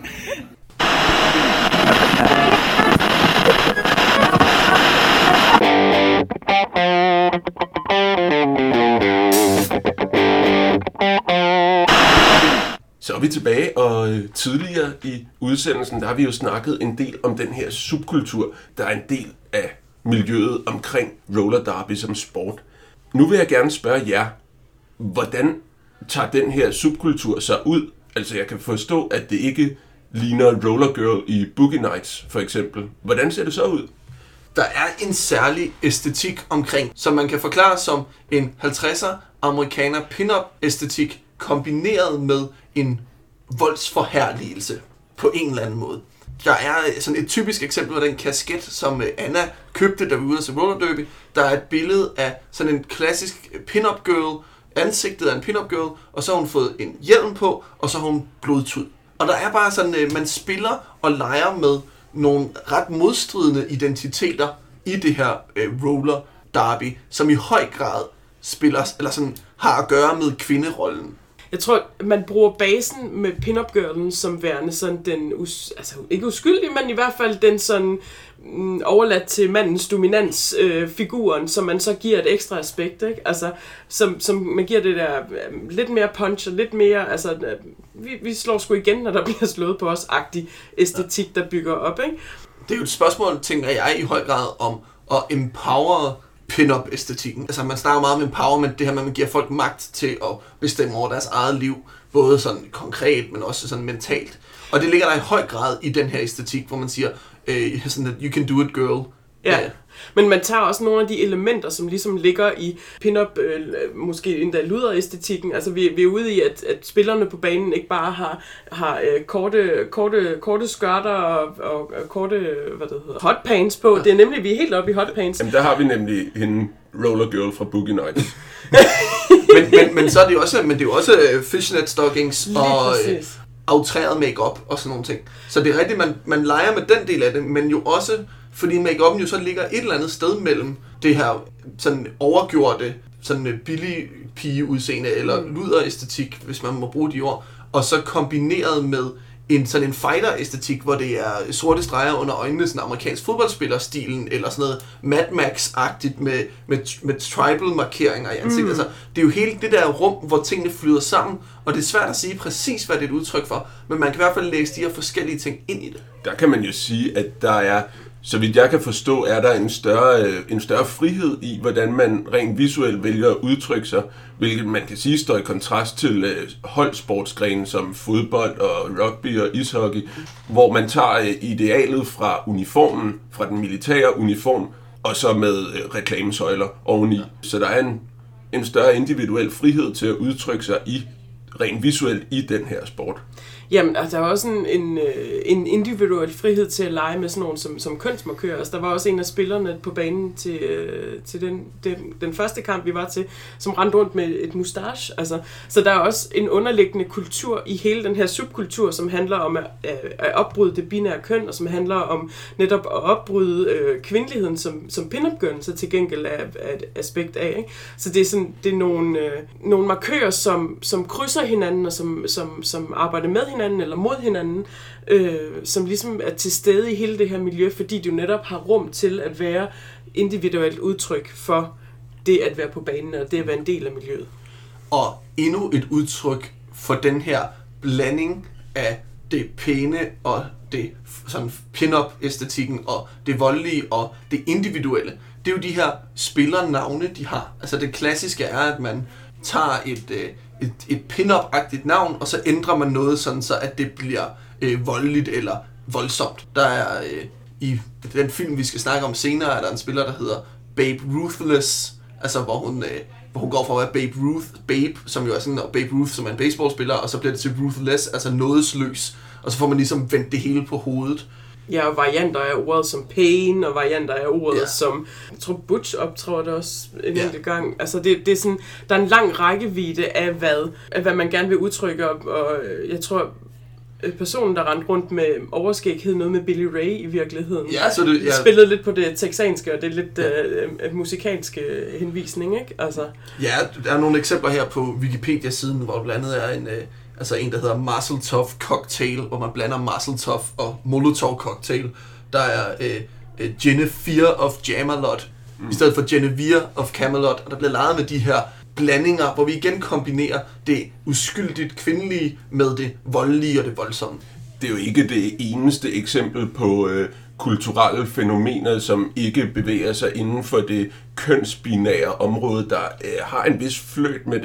Så er vi tilbage, og tidligere i udsendelsen, der har vi jo snakket en del om den her subkultur, der er en del af miljøet omkring roller derby som sport. Nu vil jeg gerne spørge jer, hvordan tager den her subkultur sig ud? Altså jeg kan forstå, at det ikke ligner roller girl i Boogie Nights for eksempel. Hvordan ser det så ud? Der er en særlig æstetik omkring, som man kan forklare som en 50'er amerikaner pin-up æstetik kombineret med en voldsforherligelse på en eller anden måde. Der er sådan et typisk eksempel af den kasket, som Anna købte, da vi var ude til roller derby. Der er et billede af sådan en klassisk pin-up girl, ansigtet af en pin-up girl, og så har hun fået en hjelm på, og så har hun blodtud. Og der er bare sådan, man spiller og leger med nogle ret modstridende identiteter i det her roller derby, som i høj grad spiller, eller sådan har at gøre med kvinderollen. Jeg tror, man bruger basen med pin-up girlen som værende sådan den, altså ikke uskyldig, men i hvert fald den sådan overladt til mandens dominans figuren, som man så giver et ekstra aspekt, ikke? Altså, som man giver det der lidt mere punch og lidt mere, altså, vi slår sgu igen, når der bliver slået på os-agtig æstetik, der bygger op, ikke? Det er jo et spørgsmål, tænker jeg, i høj grad om at empower pin-up-æstetikken. Altså man snakker meget om empowerment, det her med, at man giver folk magt til at bestemme over deres eget liv, både sådan konkret, men også sådan mentalt. Og det ligger der i høj grad i den her æstetik, hvor man siger, sådan at you can do it, girl. Ja, men man tager også nogle af de elementer, som ligesom ligger i pin-up, måske endda luder-æstetikken. Altså vi er ude i, at spillerne på banen ikke bare har korte skørter og korte, hvad det hedder, hotpants på. Ja. Det er nemlig, vi er helt oppe i hotpants. Jamen der har vi nemlig en roller girl fra Boogie Nights. men så er det jo også, men det er jo også fishnet stockings lige og aftræret makeup og sådan nogle ting. Så det er rigtigt, man leger med den del af det, men jo også fordi make-up'en jo så ligger et eller andet sted mellem det her sådan overgjorte, sådan billig pigeudseende eller luderæstetik, hvis man må bruge de ord, og så kombineret med sådan en fighter-æstetik, hvor det er sorte streger under øjnene, sådan amerikansk fodboldspiller-stilen, eller sådan noget Mad Max-agtigt med tribal-markeringer i ansigtet. Altså, det er jo hele det der rum, hvor tingene flyder sammen, og det er svært at sige præcis, hvad det er et udtryk for, men man kan i hvert fald læse de her forskellige ting ind i det. Der kan man jo sige, at der er, så vidt jeg kan forstå, er der en større frihed i, hvordan man rent visuelt vælger at udtrykke sig, hvilket man kan sige står i kontrast til holdsportsgrene som fodbold og rugby og ishockey, hvor man tager idealet fra uniformen, fra den militære uniform, og så med reklamesøjler oveni. Så der er en større individuel frihed til at udtrykke sig rent visuelt i den her sport. Jamen, altså, der var også en individuel frihed til at lege med sådan nogen som kønsmarkører. Altså, der var også en af spillerne på banen til den første kamp, vi var til, som rendte rundt med et mustache. Altså, så der er også en underliggende kultur i hele den her subkultur, som handler om at opbryde det binære køn, og som handler om netop at opbryde kvindeligheden som pick-up girl, så til gengæld er et aspekt af. Ikke? Så det er nogle markører, som krydser hinanden, og som arbejder med hinanden, eller mod hinanden, som ligesom er til stede i hele det her miljø, fordi du netop har rum til at være individuelt udtryk for det at være på banen, og det at være en del af miljøet. Og endnu et udtryk for den her blanding af det pæne og det sådan pin-up-æstetikken og det voldelige og det individuelle. Det er jo de her spillernavne, de har. Altså det klassiske er, at man tager et pin-up-agtigt navn, og så ændrer man noget sådan, så at det bliver voldeligt eller voldsomt. Der er i den film, vi skal snakke om senere, er der en spiller, der hedder Babe Ruthless, altså hvor hun går fra at være Babe, som jo er sådan, og Babe Ruth, som er en baseballspiller, og så bliver det til Ruthless, altså nådesløs, og så får man ligesom vendt det hele på hovedet. Ja, og varianter af ordet som pain, og varianter af ordet som, jeg tror Butch optrådte også en enkelt gang. Altså det er sådan, der er en lang rækkevidde af hvad man gerne vil udtrykke, og jeg tror, personen, der rendte rundt med overskæg, hed noget med Billy Ray i virkeligheden. Ja, så det spillede lidt på det texanske, og det er lidt musikalske henvisning, ikke? Altså. Ja, der er nogle eksempler her på Wikipedia-siden, hvor blandt andet er en der hedder Mazel Tov Cocktail, hvor man blander Mazel Tov og Molotov Cocktail. Der er Genevieve of Jamalot, i stedet for Genevieve of Camelot, og der bliver leget med de her blandinger, hvor vi igen kombinerer det uskyldigt kvindelige med det voldelige og det voldsomme. Det er jo ikke det eneste eksempel på kulturelle fænomener, som ikke bevæger sig inden for det kønsbinære område, der har en vis fløjt med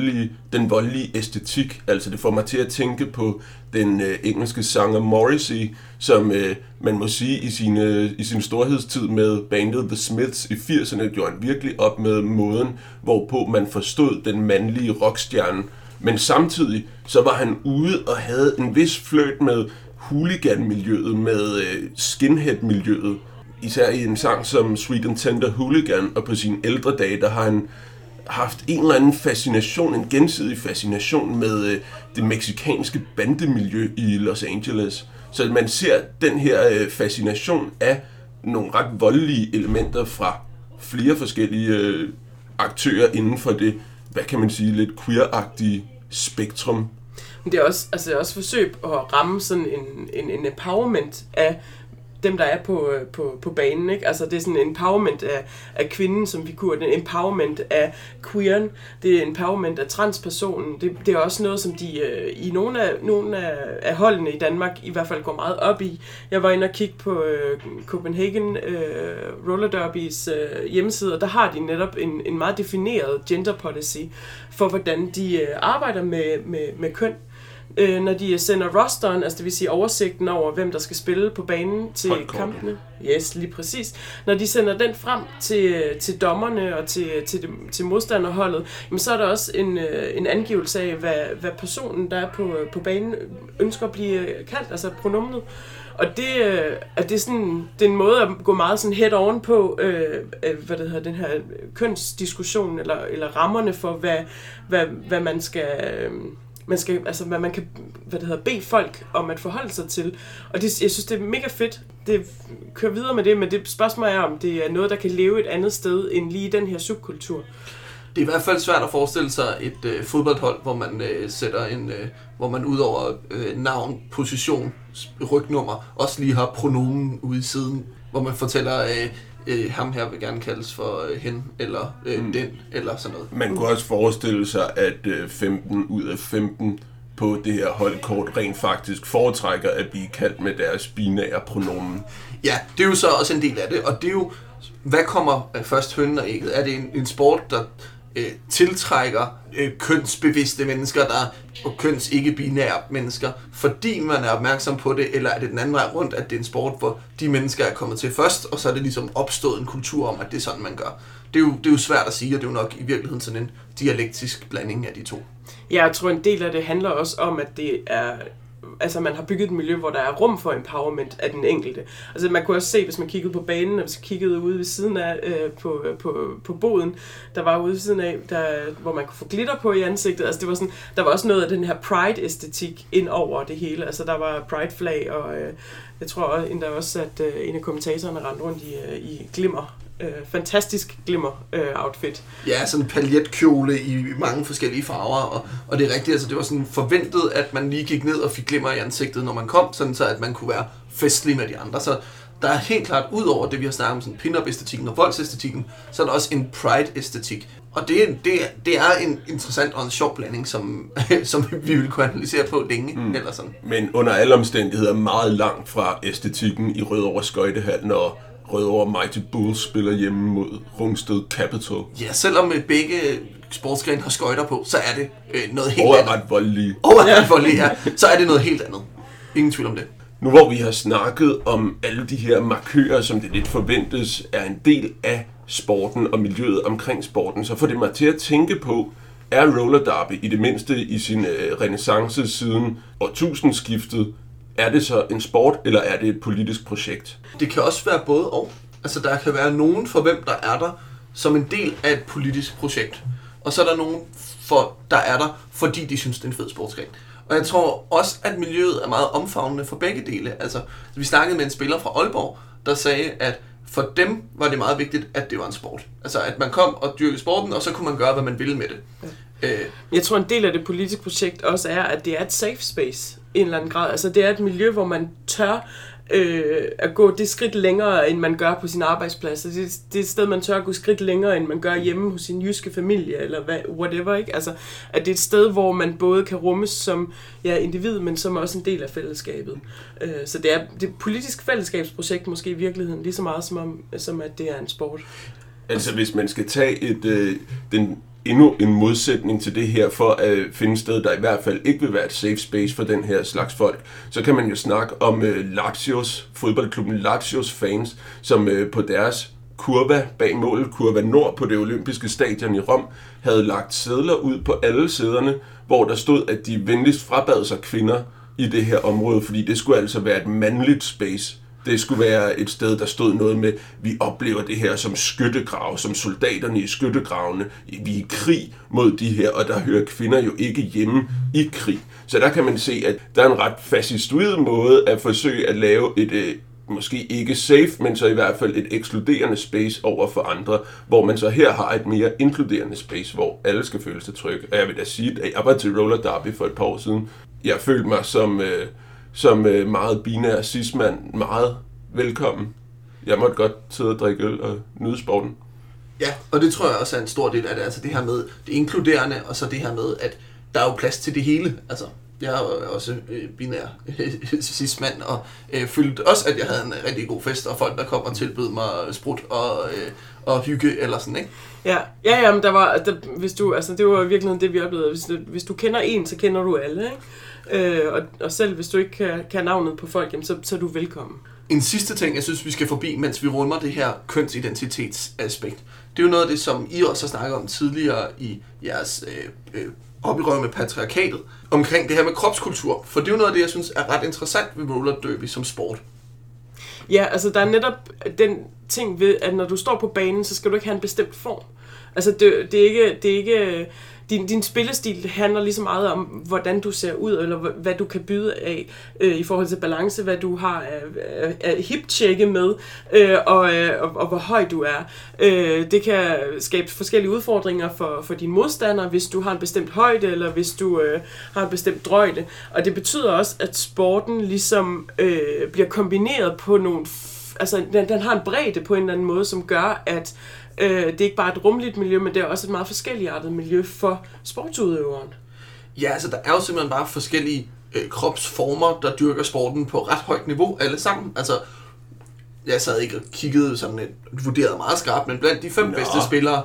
den voldelige æstetik. Altså det får mig til at tænke på den engelske sanger Morrissey, som man må sige i sin storhedstid med bandet The Smiths i 80'erne gjorde han virkelig op med måden, hvorpå man forstod den mandlige rockstjerne. Men samtidig så var han ude og havde en vis fløjt med hooligan-miljøet, med skinhead-miljøet. Især i en sang som Sweet and Tender Hooligan, og på sine ældre dage, der har han haft en eller anden fascination, en gensidig fascination med det mexikanske bandemiljø i Los Angeles. Så man ser den her fascination af nogle ret voldelige elementer fra flere forskellige aktører inden for det, hvad kan man sige, lidt queer-agtige spektrum. Det er også forsøg at ramme sådan en empowerment af dem, der er på banen, ikke? Altså det er sådan en empowerment af kvinden som figur, det er en empowerment af queeren, det er en empowerment af transpersonen. Det er også noget, som de i nogle af holdene i Danmark i hvert fald går meget op i. Jeg var inde og kigge på Copenhagen Roller Derbys hjemmeside, og der har de netop en meget defineret gender policy for, hvordan de arbejder med køn. Når de sender rosteren, altså det vil sige oversigten over, hvem der skal spille på banen til kampene. Yes, lige præcis. Når de sender den frem til dommerne og til modstanderholdet, jamen så er der også en angivelse af, hvad personen, der er på banen, ønsker at blive kaldt, altså pronomenet. Og det er en måde at gå meget sådan head on på, den her kønsdiskussion, eller rammerne for, hvad man skal... hvad man kan bede folk om at forholde sig til. Og jeg synes, det er mega fedt. Det kører videre med det, men det spørgsmål er, om det er noget, der kan leve et andet sted end lige den her subkultur. Det er i hvert fald svært at forestille sig et fodboldhold, hvor man sætter hvor man udover navn, position, rygnummer, også lige har pronomen ude i siden, hvor man fortæller... ham her vil gerne kaldes for hen, eller den, eller sådan noget. Man kunne også forestille sig, at 15 ud af 15 på det her holdkort rent faktisk foretrækker at blive kaldt med deres binære pronomen. Ja, det er jo så også en del af det, og det er jo, hvad kommer først, hønen og ægget? Er det en sport, der tiltrækker kønsbevidste mennesker, og køns ikke-binære mennesker, fordi man er opmærksom på det, eller er det den anden vej rundt, at det er en sport, hvor de mennesker er kommet til først, og så er det ligesom opstået en kultur om, at det er sådan, man gør. Det er jo svært at sige, og det er jo nok i virkeligheden sådan en dialektisk blanding af de to. Ja, jeg tror en del af det handler også om, at det er... Altså man har bygget et miljø, hvor der er rum for empowerment af den enkelte. Altså man kunne også se, hvis man kiggede på banen, og hvis man kiggede ude ved siden af på boden, der var ude ved siden af, hvor man kunne få glitter på i ansigtet. Altså det var sådan, der var også noget af den her pride-æstetik ind over det hele. Altså der var pride-flag, og jeg tror endda også, at en af kommentatorerne rendte rundt i glimmer. Fantastisk glimmer-outfit. Ja, sådan en paljetkjole i mange forskellige farver, og det er rigtigt, altså det var sådan forventet, at man lige gik ned og fik glimmer i ansigtet, når man kom, sådan så at man kunne være festlig med de andre. Så der er helt klart, ud over det, vi har snakket om, sådan pin-up-æstetikken og voldsæstetikken, så er der også en pride-æstetik. Og det er en interessant og en sjov blanding, som vi vil kunne analysere på længe, eller sådan. Men under alle omstændigheder meget langt fra æstetikken i Rødovre Skøjtehal, når Rødovre Mighty Bulls spiller hjemme mod Rungsted Capital. Ja, selvom begge sportsgrene har skøjter på, så er det noget helt andet. Og er ret voldelige. Ja. Så er det noget helt andet. Ingen tvivl om det. Nu hvor vi har snakket om alle de her markører, som det lidt forventes er en del af sporten og miljøet omkring sporten, så får det mig til at tænke på, er roller derby i det mindste i sin renæssance siden årtusindskiftet, er det så en sport, eller er det et politisk projekt? Det kan også være både og. Altså, der kan være nogen, for hvem der er der, som en del af et politisk projekt. Og så er der nogen, der er der, fordi de synes, det er en fed sportsgren. Og jeg tror også, at miljøet er meget omfavnende for begge dele. Altså, vi snakkede med en spiller fra Aalborg, der sagde, at for dem var det meget vigtigt, at det var en sport. Altså, at man kom og dyrkede sporten, og så kunne man gøre, hvad man ville med det. Ja. Jeg tror, en del af det politiske projekt også er, at det er et safe space i en eller anden grad. Altså, det er et miljø, hvor man tør at gå det skridt længere, end man gør på sin arbejdsplads. Det er et sted, man tør at gå skridt længere, end man gør hjemme hos sin jyske familie, eller whatever, ikke? Altså, at det er et sted, hvor man både kan rummes som individ, men som også en del af fællesskabet. Så det er et politisk fællesskabsprojekt måske i virkeligheden, lige så meget som at det er en sport. Altså, hvis man skal tage endnu en modsætning til det her, for at finde et sted, der i hvert fald ikke vil være et safe space for den her slags folk, så kan man jo snakke om fodboldklubben Lazios fans, som på deres kurva bag målet, kurva nord på det olympiske stadion i Rom, havde lagt sedler ud på alle sæderne, hvor der stod, at de venligst frabad sig kvinder i det her område, fordi det skulle altså være et mandligt space. Det skulle være et sted, der stod noget med, vi oplever det her som skyttegrav, som soldaterne i skyttegravene. Vi er i krig mod de her, og der hører kvinder jo ikke hjemme i krig. Så der kan man se, at der er en ret fascistoid måde at forsøge at lave et, måske ikke safe, men så i hvert fald et ekskluderende space over for andre, hvor man så her har et mere inkluderende space, hvor alle skal føle sig trygge. Og jeg vil da sige, at jeg var til roller derby for et par år siden. Jeg følte mig som meget binær cis-mand, meget velkommen. Jeg måtte godt sidde og drikke øl og nyde sporten. Ja, og det tror jeg også er en stor del af det. Altså det her med det inkluderende, og så det her med, at der er jo plads til det hele. Altså, jeg er også binær cis-mand, og følte også, at jeg havde en rigtig god fest, og folk, der kom og tilbød mig sprut og hygge eller sådan, ikke? Ja, men det var virkelig det, vi oplevede. Hvis du kender en, så kender du alle, ikke? Og selv hvis du ikke kan navnet på folk, jamen, så er du velkommen. En sidste ting, jeg synes, vi skal forbi, mens vi runder det her kønsidentitetsaspekt. Det er jo noget af det, som I også har snakket om tidligere i jeres opgør med patriarkatet, omkring det her med kropskultur. For det er jo noget af det, jeg synes er ret interessant ved roller derby som sport. Ja, altså der er netop den ting ved, at når du står på banen, så skal du ikke have en bestemt form. Altså det er ikke din spillestil handler lige så meget om, hvordan du ser ud, eller hvad du kan byde af i forhold til balance, hvad du har af hip-tjekke med, og hvor høj du er. Det kan skabe forskellige udfordringer for dine modstandere, hvis du har en bestemt højde, eller hvis du har en bestemt drøjde. Og det betyder også, at sporten ligesom bliver kombineret på nogle... Altså, den har en bredde på en eller anden måde, som gør, at det er ikke bare et rummeligt miljø, men det er også et meget forskelligartet miljø for sportsudøveren. Ja, altså der er jo simpelthen bare forskellige kropsformer, der dyrker sporten på ret højt niveau alle sammen. Altså jeg sad ikke og kiggede sådan vurderede meget skarpt, men blandt de 5 bedste spillere,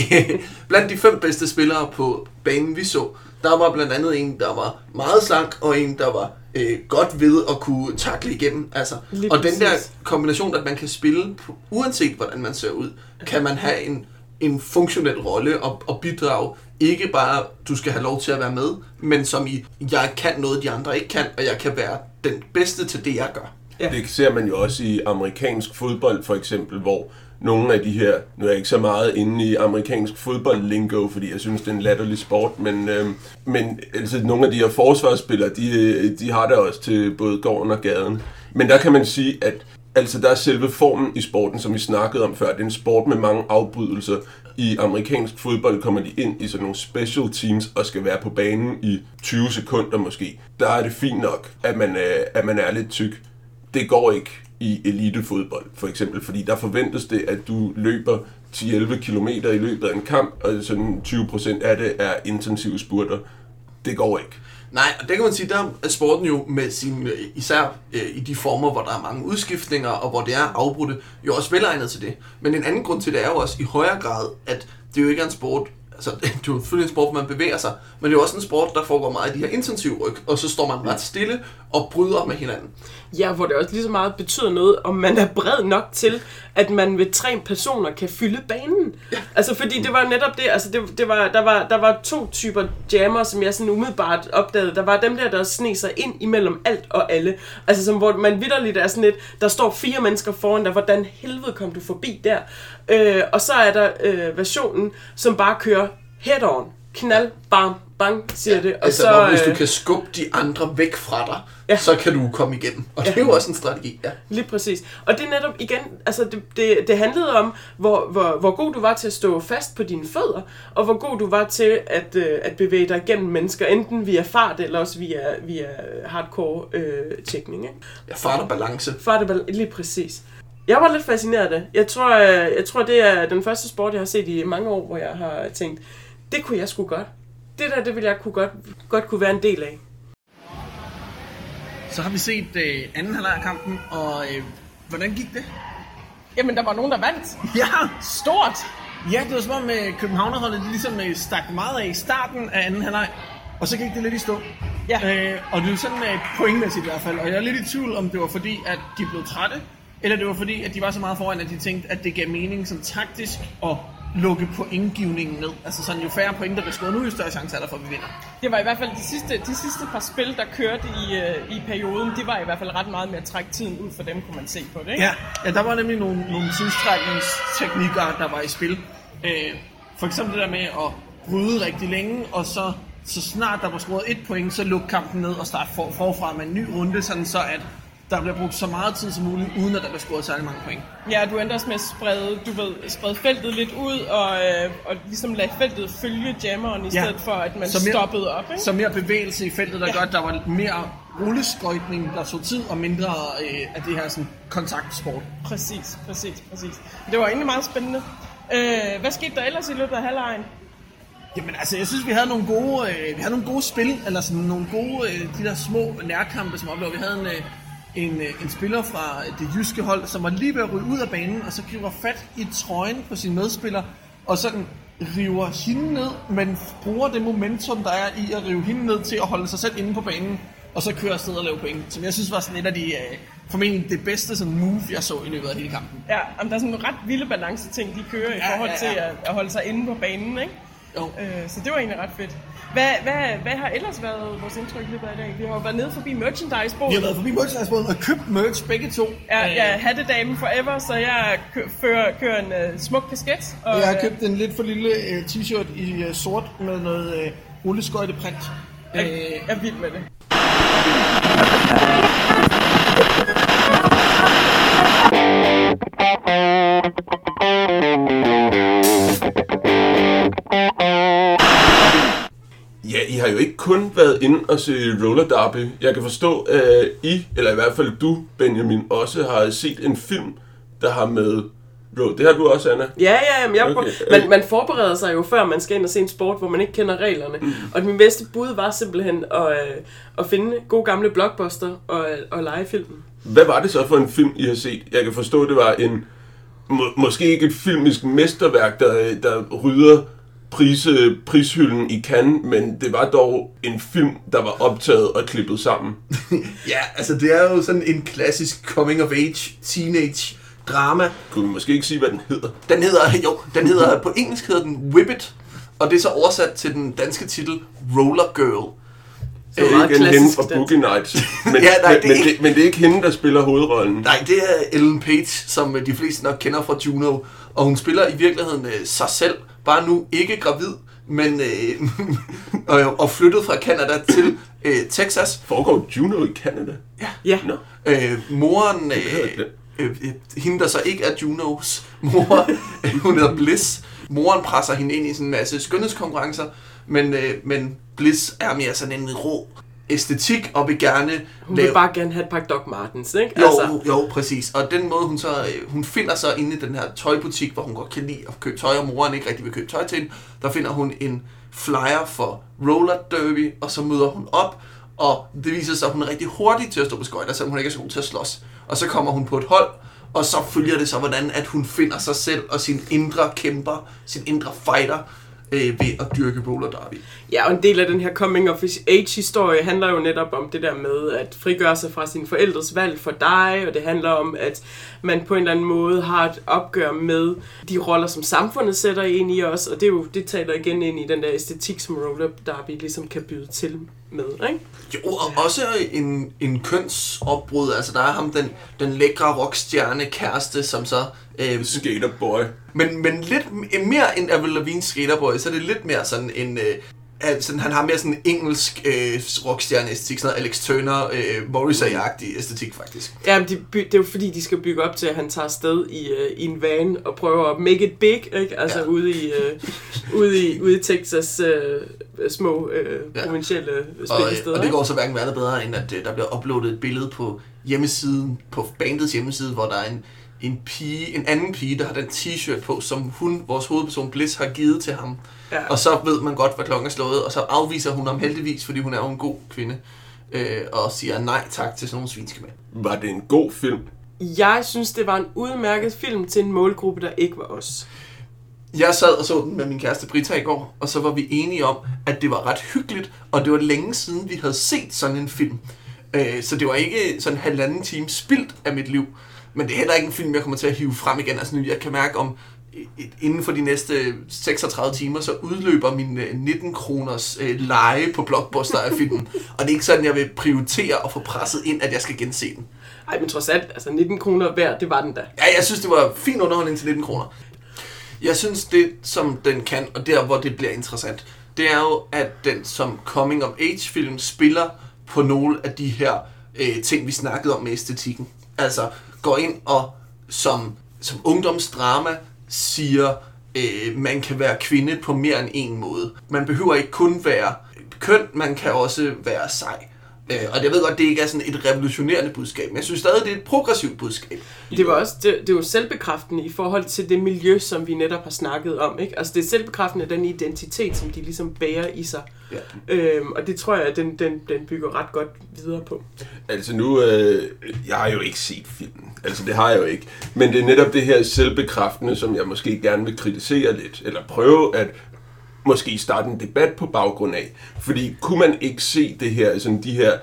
blandt de 5 bedste spillere på banen vi så, der var blandt andet en, der var meget slank, og en, der var godt ved at kunne takle igennem. Altså, og den der kombination, at man kan spille, uanset hvordan man ser ud, kan man have en funktionel rolle og bidrage. Ikke bare, du skal have lov til at være med, men som i, jeg kan noget, de andre ikke kan, og jeg kan være den bedste til det, jeg gør. Ja. Det ser man jo også i amerikansk fodbold for eksempel, hvor nogle af de her, nu er jeg ikke så meget inde i amerikansk fodboldlingo, fordi jeg synes, det er en latterlig sport, men altså, nogle af de her forsvarsspillere, de har der også til både gården og gaden. Men der kan man sige, at altså, der er selve formen i sporten, som vi snakkede om før. Det er en sport med mange afbrydelser. I amerikansk fodbold kommer de ind i sådan nogle special teams og skal være på banen i 20 sekunder måske. Der er det fint nok, at man er lidt tyk. Det går ikke i elitefodbold, for eksempel, fordi der forventes det, at du løber 10-11 kilometer i løbet af en kamp, og sådan 20% af det er intensive spurter. Det går ikke. Nej, og det kan man sige, der er sporten jo med sin, især i de former, hvor der er mange udskiftninger, og hvor det er afbrudte, jo også velegnet til det. Men en anden grund til det er jo også i højere grad, at det jo ikke er en sport, altså det er jo selvfølgelig en sport, hvor man bevæger sig, men det er jo også en sport, der foregår meget i de her intensive ryg, og så står man ret stille og bryder med hinanden. Ja, hvor det også lige så meget betyder noget, om man er bred nok til, at man ved 3 personer kan fylde banen. Ja. Altså fordi det var netop det, altså der var 2 typer jammer, som jeg sådan umiddelbart opdagede. Der var dem der sne sig ind imellem alt og alle. Altså som hvor man vitterligt er sådan lidt, der står 4 mennesker foran dig, hvordan helvede kom du forbi der? Og så er der versionen, som bare kører head-on. Knald, bam, bang, siger det. Og altså, så, hvis du kan skubbe de andre væk fra dig, så kan du komme igennem. Og det er jo også en strategi. Ja. Lige præcis. Og det er netop igen, altså det handlede om, hvor god du var til at stå fast på dine fødder, og hvor god du var til at bevæge dig gennem mennesker, enten via fart, eller også via hardcore tekning. Ikke? Ja, fart og balance. Lige præcis. Jeg var lidt fascineret af det. Jeg tror, det er den første sport, jeg har set i mange år, hvor jeg har tænkt, det kunne jeg sgu godt. Det ville jeg godt kunne være en del af. Så har vi set anden halvleg af kampen, og hvordan gik det? Jamen, der var nogen, der vandt. Ja! Stort! Ja, det var som om Københavnerholdet ligesom stak meget af i starten af anden halvleg, og så gik det lidt i stå. Ja. Og det var sådan pointmæssigt i hvert fald, og jeg er lidt i tvivl, om det var fordi, at de blev trætte, eller det var fordi, at de var så meget foran, at de tænkte, at det gav mening som taktisk at lukke pointgivningen ned. Altså sådan, jo færre point, der bliver scoret nu, jo større chance er der for, at vi vinder. Det var i hvert fald de sidste par spil, der kørte i perioden, det var i hvert fald ret meget med at trække tiden ud for dem, kunne man se på det, ikke? Ja, der var nemlig nogle tidstrækningsteknikker, der var i spil. For eksempel det der med at bryde rigtig længe, og så snart der var scoret 1 point, så lukke kampen ned og starte forfra med en ny runde, sådan så at der bliver brugt så meget tid som muligt, uden at der bliver scoret særlig mange point. Ja, du endte også med at sprede feltet lidt ud, og ligesom lade feltet følge jammeren, i stedet for, at man stoppede op. Ikke? Så mere bevægelse i feltet, der gør, at der var mere rulleskøjtning, der tog tid, og mindre af det her sådan, kontaktsport. Præcis. Det var egentlig meget spændende. Hvad skete der ellers i løbet af halvlejen? Jamen altså, jeg synes, vi havde nogle gode spil, eller sådan nogle gode, de der små nærkampe, som oplever. Vi havde en spiller fra det jyske hold, som var lige ved at ryge ud af banen, og så griber fat i trøjen på sin medspiller, og sådan river hende ned, men bruger det momentum, der er i at rive hende ned til at holde sig selv inde på banen, og så kører afsted og lave point, som jeg synes var sådan et af de, formentlig det bedste sådan move, jeg så i løbet af hele kampen. Ja, der er sådan en ret vilde balance-ting, de kører i forhold til at holde sig inde på banen, ikke? Jo. Så det var egentlig ret fedt. Hvad har ellers været vores indtryk i løbet af i dag? Vi har jo været nede forbi merchandise-båden. Vi har været forbi merchandise-båden og købt merch begge to. Ja, Hattedame Forever, så jeg kører en smuk kasket. Og jeg har købt en lidt for lille t-shirt i sort med noget rulleskøjteprint. Jeg er vild med det. Ja, I har jo ikke kun været inde og se roller derby. Jeg kan forstå, at eller i hvert fald du, Benjamin, også har set en film, der har med roll. Det har du også, Anna? Ja, man forbereder sig jo før man skal ind og se en sport, hvor man ikke kender reglerne. Og min bedste bud var simpelthen at finde gode gamle blockbuster og lege filmen. Hvad var det så for en film, I har set? Jeg kan forstå, at det var en måske ikke et filmisk mesterværk, der rydder prishylden i Cannes, men det var dog en film, der var optaget og klippet sammen. Ja, altså det er jo sådan en klassisk coming-of-age teenage drama. Kunne vi måske ikke sige, hvad den hedder? Den hedder på engelsk hedder den Whip It, og det er så oversat til den danske titel Roller Girl. Det er ikke hende fra Boogie Nights, men det er ikke hende, der spiller hovedrollen. Nej, det er Ellen Page, som de fleste nok kender fra Juno, og hun spiller i virkeligheden sig selv, bare nu ikke gravid, men og flyttet fra Canada til Texas. Foregår Juno i Canada? Ja. No. Moren, hende der så ikke er Junos mor, hun hedder Bliss. Moren presser hende ind i sådan en masse skønhedskonkurrencer, men Bliss er mere sådan en rå æstetik og vil gerne Hun vil bare gerne have et par Doc Martens, ikke? Jo, præcis. Og den måde, hun finder sig inde i den her tøjbutik, hvor hun godt kan lide at købe tøj, og moren ikke rigtig vil købe tøj til hende, der finder hun en flyer for roller derby, og så møder hun op, og det viser sig, at hun er rigtig hurtig til at stå på skøjter, selvom hun ikke er så god til at slås. Og så kommer hun på et hold, og så følger det så, hvordan at hun finder sig selv og sin indre kæmper, sin indre fighter, ved at dyrke roller derby. Ja, og en del af den her coming-of-age-historie handler jo netop om det der med at frigøre sig fra sine forældres valg for dig, og det handler om, at man på en eller anden måde har et opgør med de roller, som samfundet sætter ind i os, og det taler igen ind i den der æstetik, som roller derby ligesom kan byde til med, ikke? Jo, og også en kønsopbrud, altså der er ham, den lækre rockstjerne kæreste, som så Skaterboy. Men lidt mere end Avril Lavigne's Skaterboy, så er det lidt mere sådan en altså, han har mere sådan en engelsk rockstjerne-æstetik, sådan noget Alex Turner, Morrissey-agtig æstetik faktisk. Ja, men det er jo fordi, de skal bygge op til, at han tager afsted i en van og prøver at make it big, ikke? Altså ude i Texas små provincielle spillesteder. Og det går så hverken værre bedre, end at der bliver uploadet et billede på hjemmesiden, på bandets hjemmeside, hvor der er en anden pige, der har den t-shirt på, som vores hovedperson Bliss har givet til ham. Ja. Og så ved man godt, hvad klokken er slået, og så afviser hun ham heldigvis, fordi hun er jo en god kvinde, og siger nej tak til sådan nogle svinske med. Var det en god film? Jeg synes, det var en udmærket film til en målgruppe, der ikke var os. Jeg sad og så den med min kæreste Britta i går, og så var vi enige om, at det var ret hyggeligt, og det var længe siden, vi havde set sådan en film. Så det var ikke sådan en 1,5 time spildt af mit liv. Men det er heller ikke en film, jeg kommer til at hive frem igen. Altså, jeg kan mærke, om inden for de næste 36 timer, så udløber min 19 kroners leje på Blockbuster af filmen. Og det er ikke sådan, jeg vil prioritere at få presset ind, at jeg skal gense den. Ej, men trods alt, altså 19 kroner værd, det var den da. Ja, jeg synes, det var fin underholdning til 19 kroner. Jeg synes, det som den kan, og der hvor det bliver interessant, det er jo, at den som coming-of-age-film spiller på nogle af de her ting, vi snakkede om med æstetikken. Altså går ind og som ungdomsdrama siger, man kan være kvinde på mere end en måde. Man behøver ikke kun være køn, man kan også være sej. Og jeg ved godt, det ikke er sådan et revolutionerende budskab, men jeg synes stadig, det er et progressivt budskab. Det er jo selvbekræftende i forhold til det miljø, som vi netop har snakket om, ikke? Altså det er selvbekræftende den identitet, som de ligesom bærer i sig. Ja. Og det tror jeg, at den bygger ret godt videre på. Altså nu, jeg har jo ikke set filmen, altså det har jeg jo ikke, men det er netop det her selvbekræftende, som jeg måske gerne vil kritisere lidt, eller prøve at måske starte en debat på baggrund af. Fordi kunne man ikke se det her, sådan de her,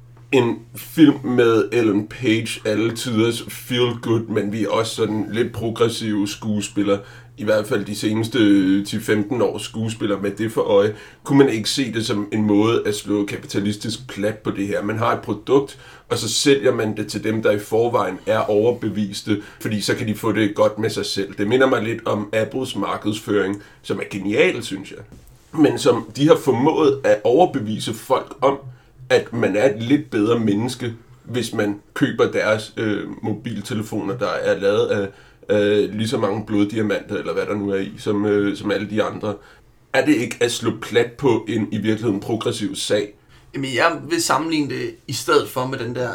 en film med Ellen Page, alle tiders feel good, men vi er også sådan lidt progressive skuespillere, i hvert fald de seneste 10-15 års skuespillere med det for øje, kunne man ikke se det som en måde at slå kapitalistisk plat på det her. Man har et produkt, og så sælger man det til dem, der i forvejen er overbeviste, fordi så kan de få det godt med sig selv. Det minder mig lidt om Apples markedsføring, som er genial, synes jeg. Men som de har formået at overbevise folk om, at man er et lidt bedre menneske, hvis man køber deres mobiltelefoner, der er lavet af lige så mange bloddiamanter, eller hvad der nu er i, som alle de andre. Er det ikke at slå plat på en i virkeligheden progressiv sag? Jamen, jeg vil sammenligne det i stedet for med den der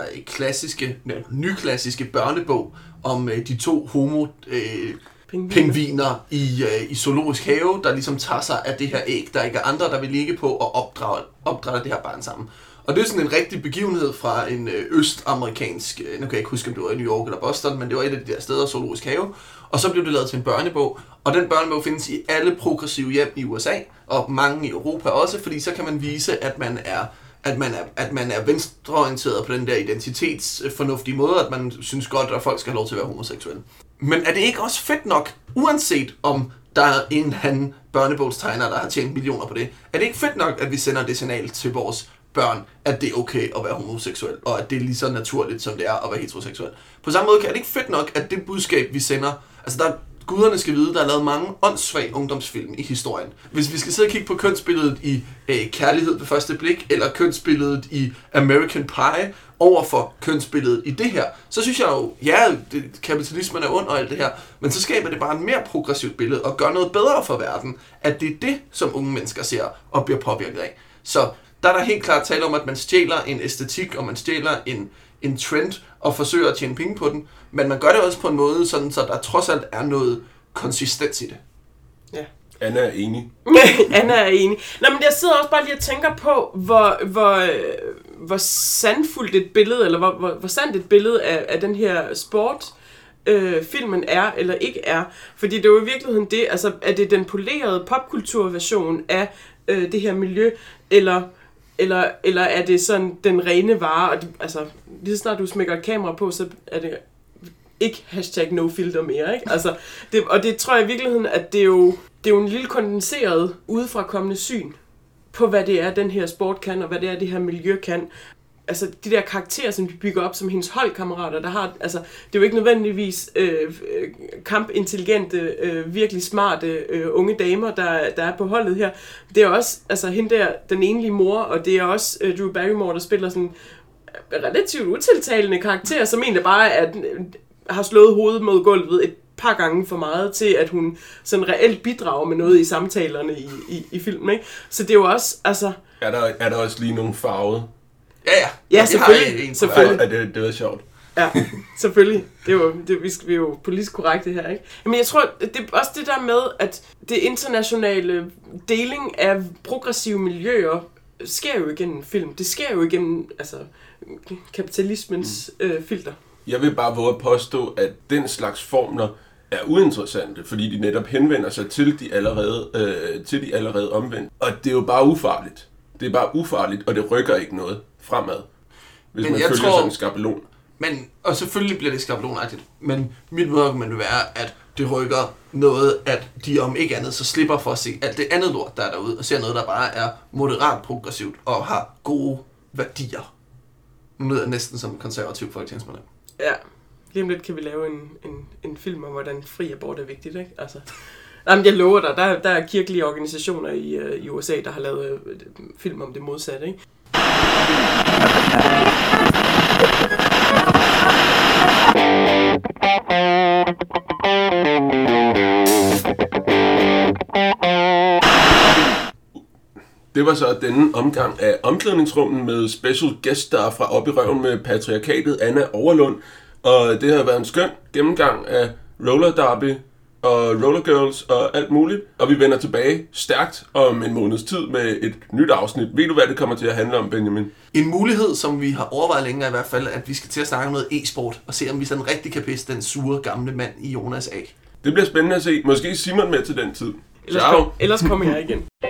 nyklassiske børnebog om de to pingviner i zoologisk have, der ligesom tager sig af det her æg, der ikke er andre, der vil ligge på og opdrage det her barn sammen. Og det er sådan en rigtig begivenhed fra en østamerikansk, nu kan jeg ikke huske, om det var i New York eller Boston, men det var et af de der steder, Zoologisk Have. Og så blev det lavet til en børnebog, og den børnebog findes i alle progressive hjem i USA, og mange i Europa også, fordi så kan man vise, at man er venstreorienteret på den der identitetsfornuftige måde, at man synes godt, at folk skal have lov til at være homoseksuelle. Men er det ikke også fedt nok, uanset om der er en børnebogstegner, der har tjent millioner på det, er det ikke fedt nok, at vi sender det signal til vores børn, at det er okay at være homoseksuel, og at det er lige så naturligt, som det er at være heteroseksuel? På samme måde er det ikke fedt nok, at det budskab, vi sender, altså guderne skal vide, der er lavet mange åndssvage ungdomsfilm i historien. Hvis vi skal sidde og kigge på kønsbilledet i Kærlighed ved første blik, eller kønsbilledet i American Pie, overfor kønsbilledet i det her, så synes jeg jo, kapitalismen er ond og alt det her, men så skaber det bare en mere progressivt billede, og gør noget bedre for verden, at det er det, som unge mennesker ser og bliver påvirket af. Så der er der helt klart tale om, at man stjæler en æstetik, og man stjæler en trend, og forsøger at tjene penge på den, men man gør det også på en måde, sådan, så der trods alt er noget konsistens i det. Ja. Anna er enig. Anna er enig. Nå, men jeg sidder også bare lige og tænker på, hvor sandfuldt et billede, eller hvor sandt et billede af den her sport, filmen er eller ikke er. Fordi det er jo i virkeligheden det, altså er det den polerede popkulturversion af det her miljø, eller er det sådan den rene vare, og altså lige så snart du smækker et kamera på, så er det ikke #nofilter mere, ikke? Altså, det tror jeg i virkeligheden, at det er jo en lille kondenseret udefra kommende syn på, hvad det er, den her sport kan, og hvad det er, det her miljø kan. Altså, de der karakterer, som de bygger op som hendes holdkammerater, der har, altså, det er jo ikke nødvendigvis kampintelligente, virkelig smarte unge damer, der er på holdet her. Det er også, altså, hende der, den enlige mor, og det er også Drew Barrymore, der spiller sådan relativt utiltalende karakter, som egentlig bare har slået hovedet mod gulvet et par gange for meget til, at hun sådan reelt bidrager med noget i samtalerne i filmen, ikke? Så det er jo også, altså... Er der også lige nogle farvede? Ja, selvfølgelig. Selvfølgelig. Det var sjovt. Ja, selvfølgelig. Vi er jo politisk korrekte her, ikke? Men jeg tror, det er også det der med, at det internationale deling af progressive miljøer sker jo igennem film. Det sker jo igennem, altså, kapitalismens filter. Jeg vil bare våge at påstå, at den slags formler er uinteressante, fordi de netop henvender sig til de allerede omvendt. Og det er jo bare ufarligt. Det er bare ufarligt, og det rykker ikke noget fremad, hvis man følger sådan en skabelon. Og selvfølgelig bliver det skabelonagtigt, men mit modargument vil være, at det rykker noget, at de om ikke andet så slipper for at se alt det andet lort, der er derude, og ser noget, der bare er moderat progressivt og har gode værdier. Nu lyder jeg næsten som konservativ folketingsmedlem. Ja, lige om lidt kan vi lave en film om, hvordan fri abort er vigtigt, ikke? Altså, jamen, jeg lover dig, der er kirkelige organisationer i USA, der har lavet film om det modsatte, ikke? Det var så denne omgang af omklædningsrummet med special guest star fra Op i Røven med patriarkatet, Anna Overlund. Og det har været en skøn gennemgang af roller derby og roller girls og alt muligt. Og vi vender tilbage stærkt om en måneds tid med et nyt afsnit. Ved du, hvad det kommer til at handle om, Benjamin? En mulighed, som vi har overvejet længe i hvert fald, at vi skal til at snakke om noget e-sport og se, om vi sådan rigtig kan pisse den sure gamle mand i Jonas af. Det bliver spændende at se. Måske Simon med til den tid. Ellers kommer jeg igen.